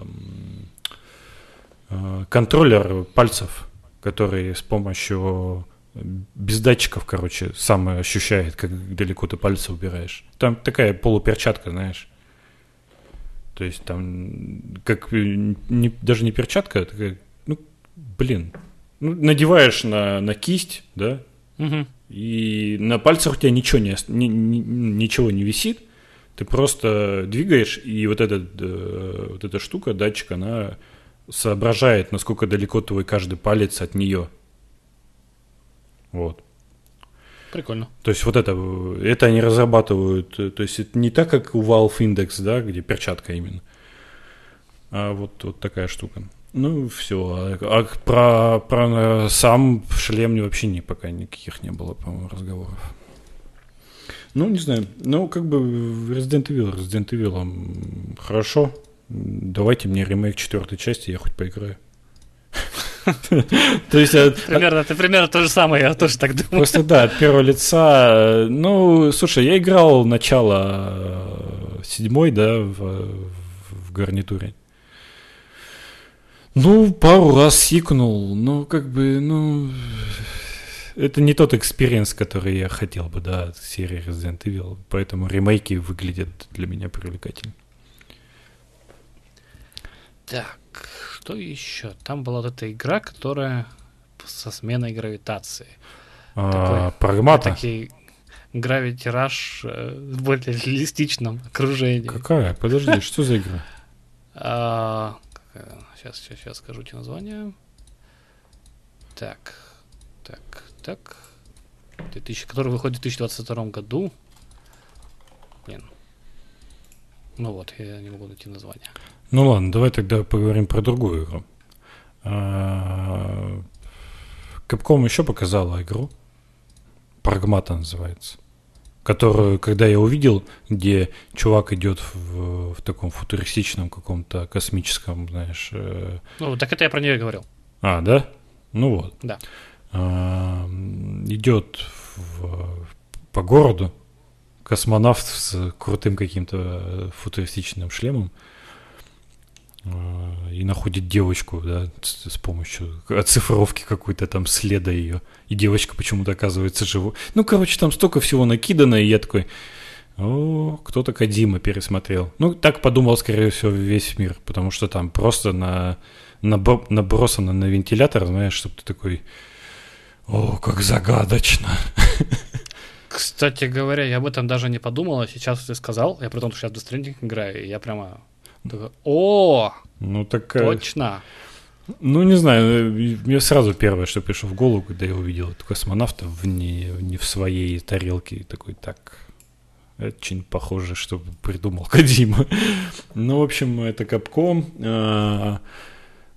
э, контроллер пальцев, который с помощью без датчиков, короче, сам ощущает, как далеко ты пальцы убираешь. Там такая полуперчатка, знаешь. То есть там как не, даже не перчатка, а такая, ну, блин, ну, надеваешь на, на кисть, да, угу. И на пальцах у тебя ничего не, ни, ни, ничего не висит. Ты просто двигаешь, и вот, этот, э, вот эта штука, датчик, она соображает, насколько далеко твой каждый палец от нее. Вот. Прикольно. То есть вот это, это они разрабатывают, то есть это не так, как у Valve Index, да, где перчатка именно, а вот, вот такая штука. Ну, все. А, а про, про сам шлем вообще ни, пока никаких не было, по-моему, разговоров. Ну, не знаю. Ну, как бы Resident Evil, Resident Evil хорошо. Давайте мне ремейк четвертой части, я хоть поиграю. То есть примерно, ты примерно то же самое, я тоже так думаю. Просто да, от первого лица. Ну, слушай, я играл начало седьмой, да, в, в гарнитуре. Ну, пару раз сикнул, но как бы, ну, это не тот экспириенс, который я хотел бы, да, от серии Resident Evil, поэтому ремейки выглядят для меня привлекательно. Так, что еще? Там была вот эта игра, которая со сменой гравитации. А, Прагмата? Такой Gravity Rush в более реалистичном окружении. Какая? Подожди, что за игра? А, сейчас, сейчас, сейчас скажу тебе название. Так, так, так. две тысячи, который выходит в две тысячи двадцать втором году. Блин. Ну вот, я не могу найти название. Ну ладно, давай тогда поговорим про другую игру. Capcom еще показала игру. Прагмата называется. Которую, когда я увидел, где чувак идет в, в таком футуристичном каком-то космическом, знаешь... Э... Ну, так это я про нее говорил. А, да? Ну вот. Да. А, идет в, по городу космонавт с крутым каким-то футуристичным шлемом и находит девочку, да, с, с помощью оцифровки какой-то там следа ее. И девочка почему-то оказывается живой. Ну, короче, там столько всего накидано, и я такой, о, кто-то Кодзима пересмотрел. Ну, так подумал, скорее всего, весь мир, потому что там просто на, на, набросано на вентилятор, знаешь, чтобы ты такой, о, как загадочно. Кстати говоря, я об этом даже не подумал, а сейчас ты сказал, я при том, что сейчас в Death Stranding играю, и я прямо такой, о, ну, так, точно. Ну, не знаю, мне сразу первое, что пришло в голову, когда я увидел этого космонавта в не, не в своей тарелке, такой, так, очень похоже, что придумал Кодзима. Ну, в общем, это Capcom.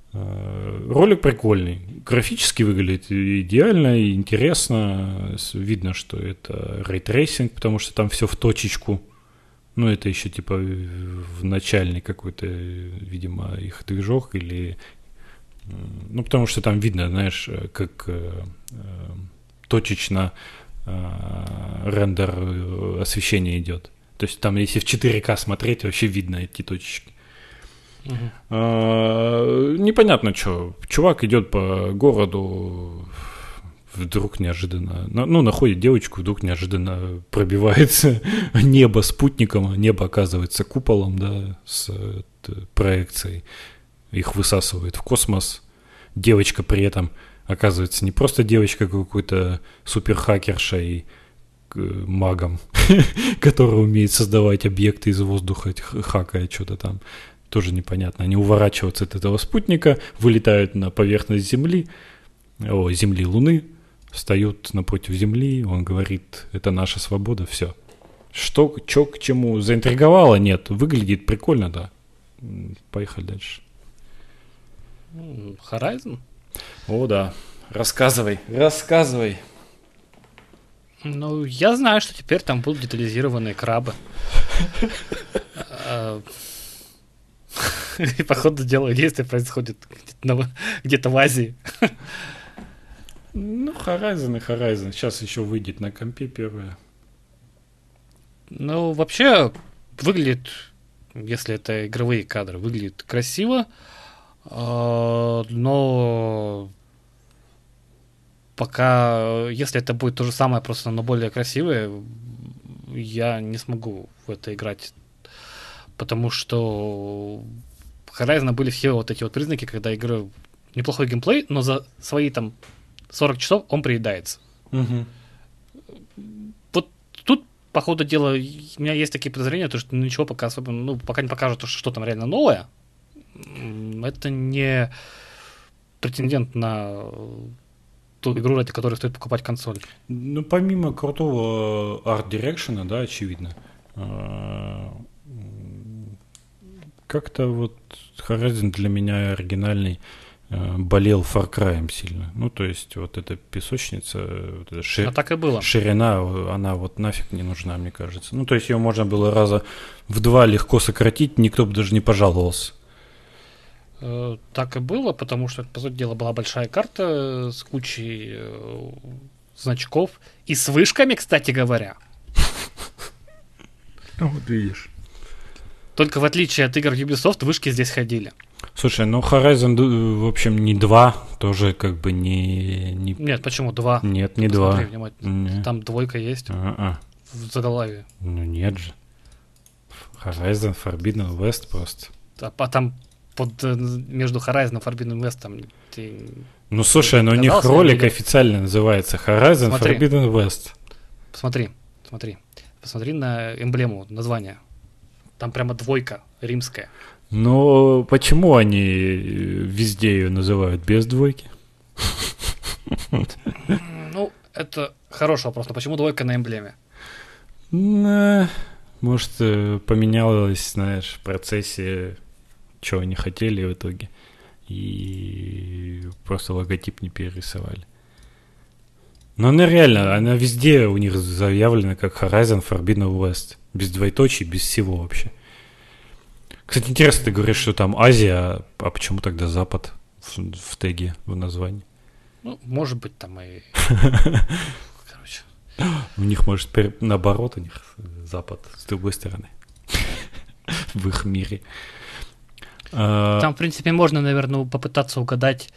Ролик прикольный. Графически выглядит идеально и интересно. Видно, что это рейтрейсинг, потому что там все в точечку. Ну, это еще типа в начальный какой-то, видимо, их движок или... Ну, потому что там видно, знаешь, как э, точечно э, рендер освещения идет. То есть там, если в четыре ка смотреть, вообще видно эти точечки. Uh-huh. А, непонятно, что. Чувак идет по городу, вдруг неожиданно, ну, находит девочку, вдруг неожиданно пробивается небо спутником, а небо оказывается куполом, да, с проекцией. Их высасывает в космос. Девочка при этом оказывается не просто девочка, какой-то суперхакерша и магом, который умеет создавать объекты из воздуха, хакая что-то там. Тоже непонятно. Они уворачиваются от этого спутника, вылетают на поверхность Земли, о, Земли, Луны, встают напротив Земли, он говорит, это наша свобода, все. Что, что к чему? Заинтриговало? Нет. Выглядит прикольно, да. Поехали дальше. Horizon? О, да. Рассказывай. Рассказывай. Ну, я знаю, что теперь там будут детализированные крабы. И по ходу дела действие происходит где-то в Азии. Ну, Horizon и Horizon. Сейчас еще выйдет на компе первое. Ну, вообще, выглядит, если это игровые кадры, выглядит красиво, но пока, если это будет то же самое, просто но более красивое, я не смогу в это играть. Потому что в Horizon были все вот эти вот признаки, когда игра неплохой геймплей, но за свои там сорок часов он приедается. Угу. Вот тут, по ходу дела, у меня есть такие подозрения, то, что ничего пока особо, ну, пока не покажут, что там реально новое, это не претендент на ту игру, ради которой стоит покупать консоль. Ну, помимо крутого арт-дирекшена, да, очевидно, как-то вот Horizon для меня оригинальный э, болел Far Cry сильно. Ну, то есть, вот эта песочница, вот эта шир... а так и было. ширина, она вот нафиг не нужна, мне кажется. Ну, то есть, ее можно было раза в два легко сократить, никто бы даже не пожаловался. Э, так и было, потому что, по сути дела, была большая карта с кучей э, значков и с вышками, кстати говоря. Ну, вот видишь. Только в отличие от игр Ubisoft, вышки здесь ходили. Слушай, ну Horizon, в общем, не два, тоже как бы не... не... Нет, почему? Два. Нет, не Посмотри два. внимательно. Не. Там двойка есть. А-а. В заголовье. Ну нет же. Horizon Forbidden West просто. А, а там под, между Horizon и Forbidden West там... Ты... Ну слушай, ну у них ролик официально называется Horizon Смотри. Forbidden West. Посмотри, смотри. Посмотри на эмблему, название. Там прямо двойка римская. Но почему они везде ее называют без двойки? Ну, это хороший вопрос. Но почему двойка на эмблеме? Может, поменялось, знаешь, в процессе, что они хотели в итоге. И просто логотип не перерисовали. Но она реально, она везде у них заявлена как Horizon Forbidden West. Без двоеточий, без всего вообще. Кстати, интересно, ты говоришь, что там Азия, а почему тогда Запад в, в теге, в названии? Ну, может быть, там и... Короче. У них, может, наоборот, у них Запад с другой стороны. В их мире. Там, в принципе, можно, наверное, попытаться угадать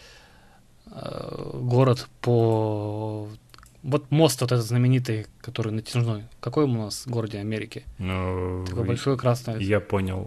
город по... Вот мост вот этот знаменитый, который натяжной. Какой у нас в городе Америки? Ну, Такое большое красное. Я понял.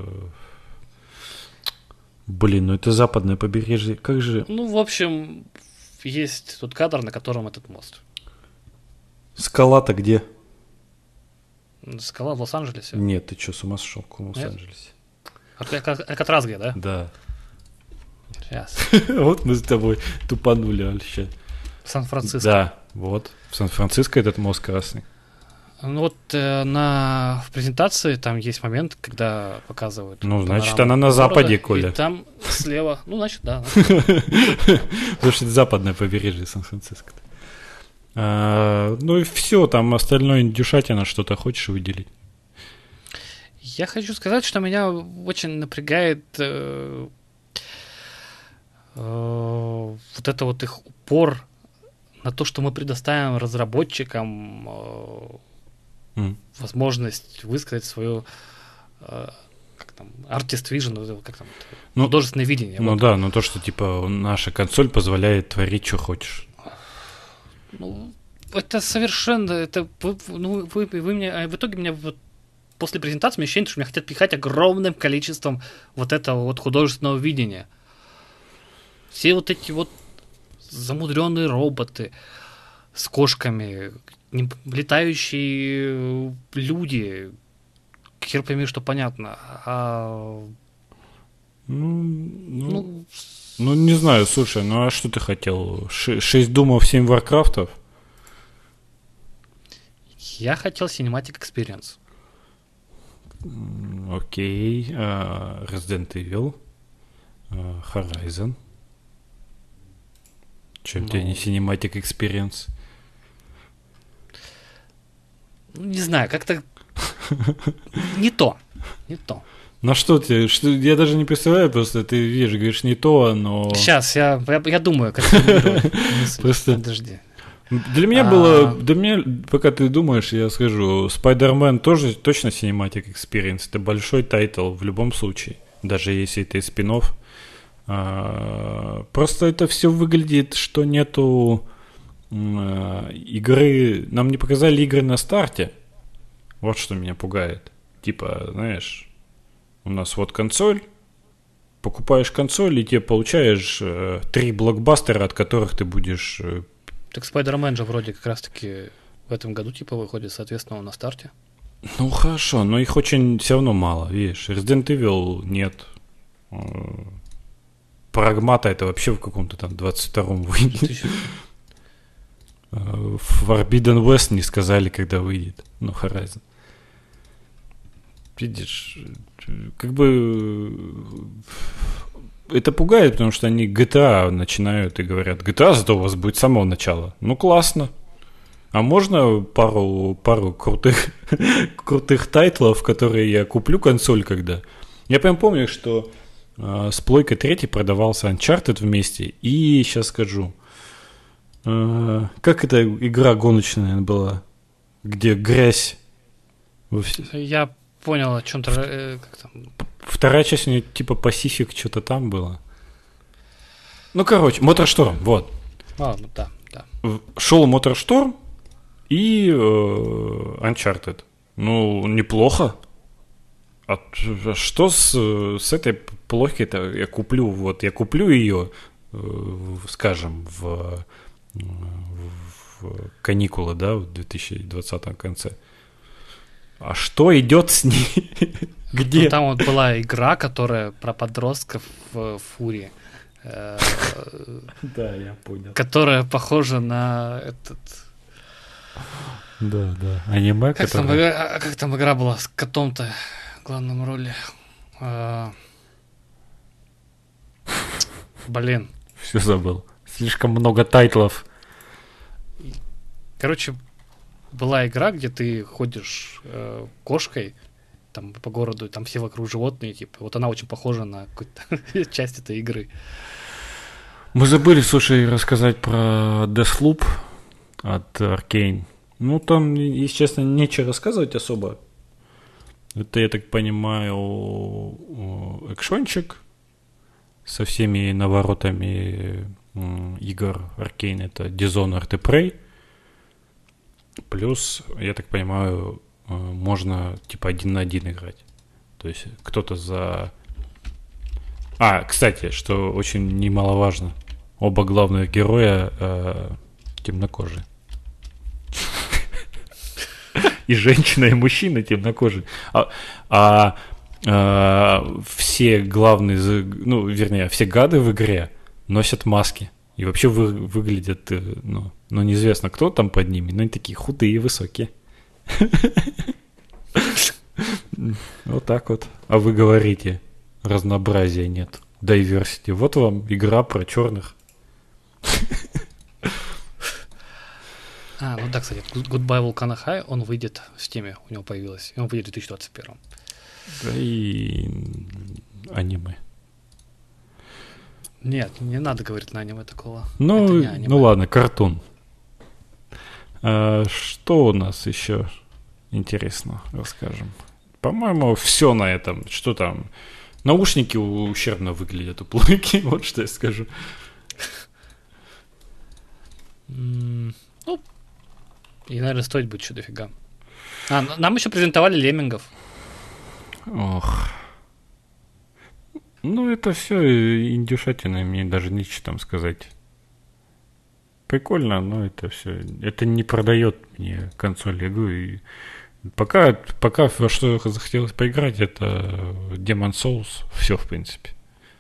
Блин, ну это западное побережье. Как же... Ну, в общем, есть тут кадр, на котором этот мост. Скала-то где? Скала в Лос-Анджелесе? Нет, ты что, с ума сошел? В Лос-Анджелесе. Алькатрас где, да? Да. Сейчас. Вот мы с тобой тупанули вообще. Сан-Франциско. Да, вот. В Сан-Франциско этот мост красный. Ну вот э, на в презентации там есть момент, когда показывают. Ну, значит, панораму она на города, западе, и Коля. там слева, ну, значит, да. Потому что это западное побережье Сан-Франциско. А, ну и все, там остальное индюшатина, что-то хочешь выделить? Я хочу сказать, что меня очень напрягает э, э, вот это вот их упор на то, что мы предоставим разработчикам э, Mm. возможность высказать свою э, как там, artist vision, как там, Ну, художественное видение. Ну вот. да, но то, что типа наша консоль позволяет творить, что хочешь. Ну, это совершенно, это вы, ну, вы, вы мне, в итоге меня вот после презентации у меня ощущение, что меня хотят пихать огромным количеством вот этого вот художественного видения. Все вот эти вот замудренные роботы с кошками, не- летающие люди, хер пойми, что понятно. А, Ну, ну, ну, ну, не знаю, слушай, ну а что ты хотел? Ш- шесть думов, семь варкрафтов? я хотел Cinematic Experience. М, Окей. а, Resident Evil. а, Horizon. Чем тебе не Ну. Cinematic Experience? Ну, не знаю, как-то не то, не то. На что ты? Что, я даже не представляю, просто ты видишь, говоришь не то, но... Сейчас, я, я, я думаю, как сформулировать мысль. Просто- Подожди. Для меня А. было... Для меня, пока ты думаешь, я скажу, Spider-Man тоже точно Cinematic Experience. Это большой тайтл в любом случае. Даже если это и спин-офф. А, Просто это все выглядит, что нету м, а, игры... Нам не показали игры на старте. Вот что меня пугает. Типа, знаешь, у нас вот консоль, покупаешь консоль, и тебе получаешь э, три блокбастера, от которых ты будешь... э, Так Spider-Man же вроде как раз-таки в этом году типа выходит, соответственно, он на старте. Ну хорошо, но их очень все равно мало, видишь. Resident Evil нет. Э, Прагмата это вообще в каком-то там двадцать втором выйдет. Ты ещё- Э, Forbidden West не сказали, когда выйдет. Ну, Horizon. Видишь, э, как бы э, это пугает, потому что они джи ти эй начинают и говорят, джи ти эй зато у вас будет с самого начала. Ну, классно. А можно пару, пару крутых, крутых тайтлов, которые я куплю консоль когда? Я прям помню, что э, с плойкой третьей продавался Uncharted вместе. И сейчас скажу. Э, как эта игра гоночная была? Где грязь. во вс- Я понял, о чем-то, э, как там. Вторая часть у нее типа Pacific, что-то там было. Ну, короче, Моторшторм, вот. А, ну да, да. В- Шел Моторшторм и э, Uncharted. Ну, неплохо. А т- что с, э, с этой плойкой-то я куплю? Вот я куплю ее, э, в- скажем, в, э, в каникулы, да, в две тысячи двадцатом конце. А что идет с ней? Где? Ну, там вот была игра, которая про подростков в Фуре, э, Да, я понял. которая похожа на этот. Да, да. Аниме, Как там, которое... игра, а как там игра была с котом-то в главном роли? А, Блин. Все забыл. Слишком много тайтлов. Короче, была игра, где ты ходишь э, кошкой там по городу, и там все вокруг животные, типа. Вот она очень похожа на какую-то часть этой игры. Мы забыли, слушай, рассказать про Deathloop от Arkane. Ну, там, если честно, нечего рассказывать особо. Это, я так понимаю, о, экшончик со всеми наворотами м, игр Arkane. Это Dishonored и Prey. Плюс, я так понимаю, э, можно типа один на один играть. То есть кто-то за... А, кстати, что очень немаловажно. Оба главных героя э, темнокожие. И женщина, и мужчина темнокожие. А, а э, все главные, за- ну, вернее, все гады в игре носят маски. И вообще вы, выглядят, э, ну, ну, неизвестно, кто там под ними, но они такие худые и высокие. Вот так вот. А вы говорите, разнообразия нет. Diversity. Вот вам игра про черных. А, ну да, кстати, Goodbye Volcano High, он выйдет в Steam, у него появилось. И он выйдет в две тысячи двадцать первом. Да и аниме. Нет, не надо говорить на аниме такого. Ну, Это не аниме. ну ладно, картун. А, что у нас еще интересно, расскажем. По-моему, все на этом. Что там? Наушники ущербно выглядят у плойки, вот что я скажу. Mm, ну, и, наверное, стоить будет еще дофига. А, нам еще презентовали леммингов. Ох. Ну, это все индюшатина, мне даже нечего там сказать. Прикольно, но это все. Это не продает мне консоль. Я говорю, и пока, пока во что захотелось поиграть, это Demon's Souls. Все, в принципе.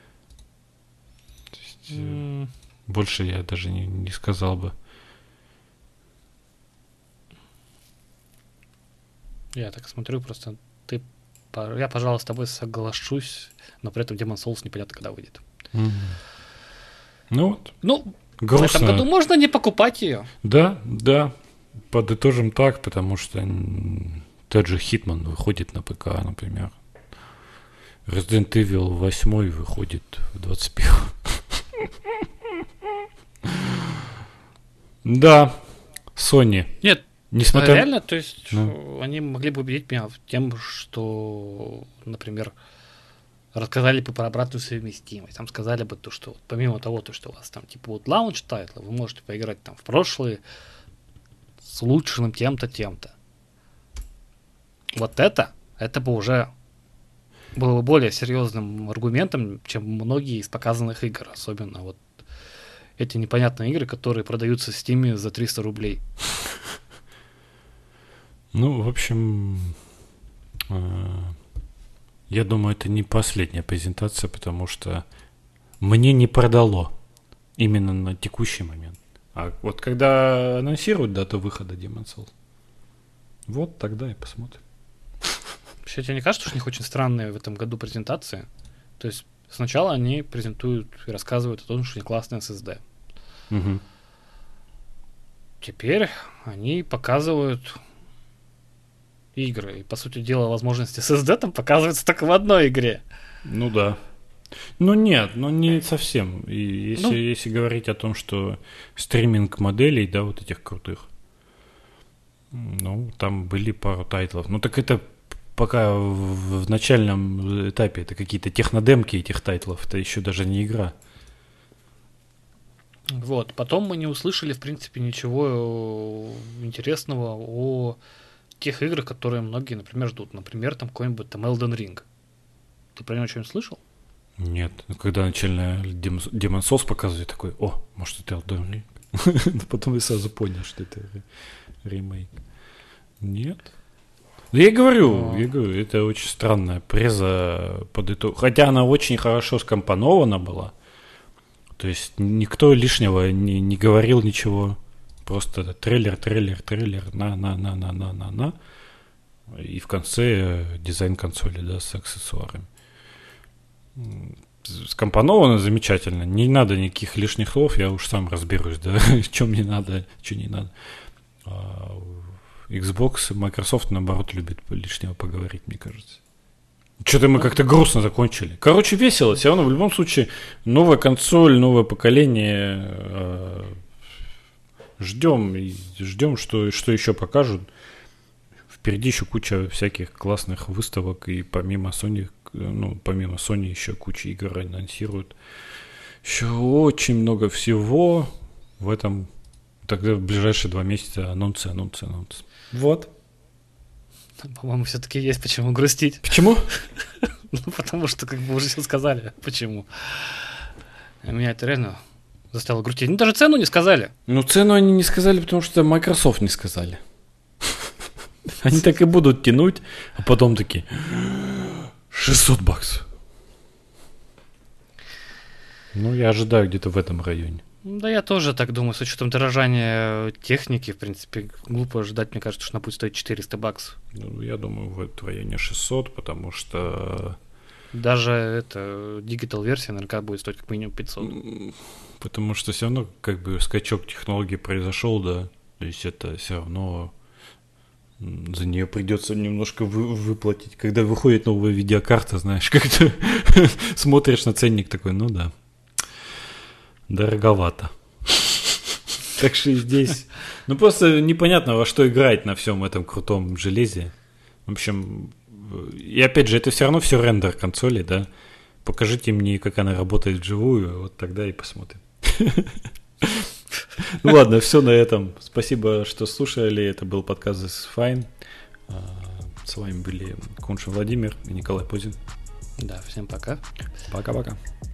То есть, mm. Больше я даже не, не сказал бы. Я так смотрю, просто ты. Я, пожалуй, с тобой соглашусь, но при этом Demon's Souls непонятно, когда выйдет. Mm. Ну вот. Ну, грустно. В этом году можно не покупать ее. Да, да. Подытожим так, потому что тот же Hitman выходит на ПК, например. Resident Evil восемь выходит в двадцать первом. Да, Sony. Нет, несмотря... реально, то есть ну. они могли бы убедить меня в тем, что, например, рассказали бы про обратную совместимость. Там сказали бы то, что помимо того, то, что у вас там типа вот лаунч тайтлы, вы можете поиграть там в прошлые с улучшенным тем-то, тем-то. Вот это, это бы уже было бы более серьезным аргументом, чем многие из показанных игр. Особенно вот эти непонятные игры, которые продаются в Steam за триста рублей. Ну, в общем, я думаю, это не последняя презентация, потому что мне не продало именно на текущий момент. А вот когда анонсируют дату выхода Demon's Souls, вот тогда и посмотрим. Вообще, тебе не кажется, что у них очень странные в этом году презентации? То есть сначала они презентуют и рассказывают о том, что у них классный эс эс ди. Угу. Теперь они показывают игры. И, по сути дела, возможности эс эс ди там показываются только в одной игре. Ну да. Ну нет, ну не совсем. И если, ну, если говорить о том, что стриминг моделей, да, вот этих крутых, ну, там были пару тайтлов. Ну так это пока в, в начальном этапе это какие-то технодемки этих тайтлов, это еще даже не игра. Вот. Потом мы не услышали, в принципе, ничего интересного о тех играх, которые многие, например, ждут. Например, там какой-нибудь там Elden Ring. Ты про него что-нибудь слышал? Нет. Когда начально Demon's Souls показывали, такой, о, может, это Elden Ring? Потом я сразу понял, что это ремейк. Нет. Да я говорю, я говорю, это очень странная преза под итог. Хотя она очень хорошо скомпонована была. То есть никто лишнего не, не говорил ничего. Просто трейлер, трейлер, трейлер, на-на-на-на-на-на-на. И в конце дизайн консоли, да, с аксессуарами. Скомпоновано замечательно. Не надо никаких лишних слов, я уж сам разберусь, да, что мне надо, что не надо. Xbox, Microsoft, наоборот, любит лишнего поговорить, мне кажется. Что-то мы как-то грустно закончили. Короче, весело. Все равно в любом случае новая консоль, новое поколение. Э, ждем, ждем, что, что еще покажут. Впереди еще куча всяких классных выставок. И помимо Sony, ну, помимо Sony еще куча игр анонсируют. Еще очень много всего в этом. Тогда в ближайшие два месяца анонсы, анонсы, анонсы. Вот. По-моему, все-таки есть почему грустить. Почему? Ну, потому что, как бы уже все сказали, почему. Меня это реально заставило грустить. Они даже цену не сказали. Ну, цену они не сказали, потому что Microsoft не сказали. Они так и будут тянуть, а потом такие шестьсот баксов. Ну, я ожидаю где-то в этом районе. Да, я тоже так думаю, с учетом дорожания техники, в принципе, глупо ожидать, мне кажется, что она будет стоить четыреста баксов. Ну, я думаю, в районе шестьсот, потому что... Даже эта диджитал-версия наверняка будет стоить как минимум пятьсот. Потому что все равно как бы скачок технологий произошел, да, то есть это все равно за нее придется немножко вы, выплатить. Когда выходит новая видеокарта, знаешь, как-то смотришь на ценник такой, ну да, дороговато. Так что и здесь... Ну просто непонятно, во что играть на всем этом крутом железе. В общем, и опять же, это все равно все рендер консоли, да. Покажите мне, как она работает вживую, вот тогда и посмотрим. Ну ладно, все на этом. Спасибо, что слушали. Это был подкаст This is Fine. С вами были Коншин Владимир и Николай Позин. Да, всем пока. Пока-пока.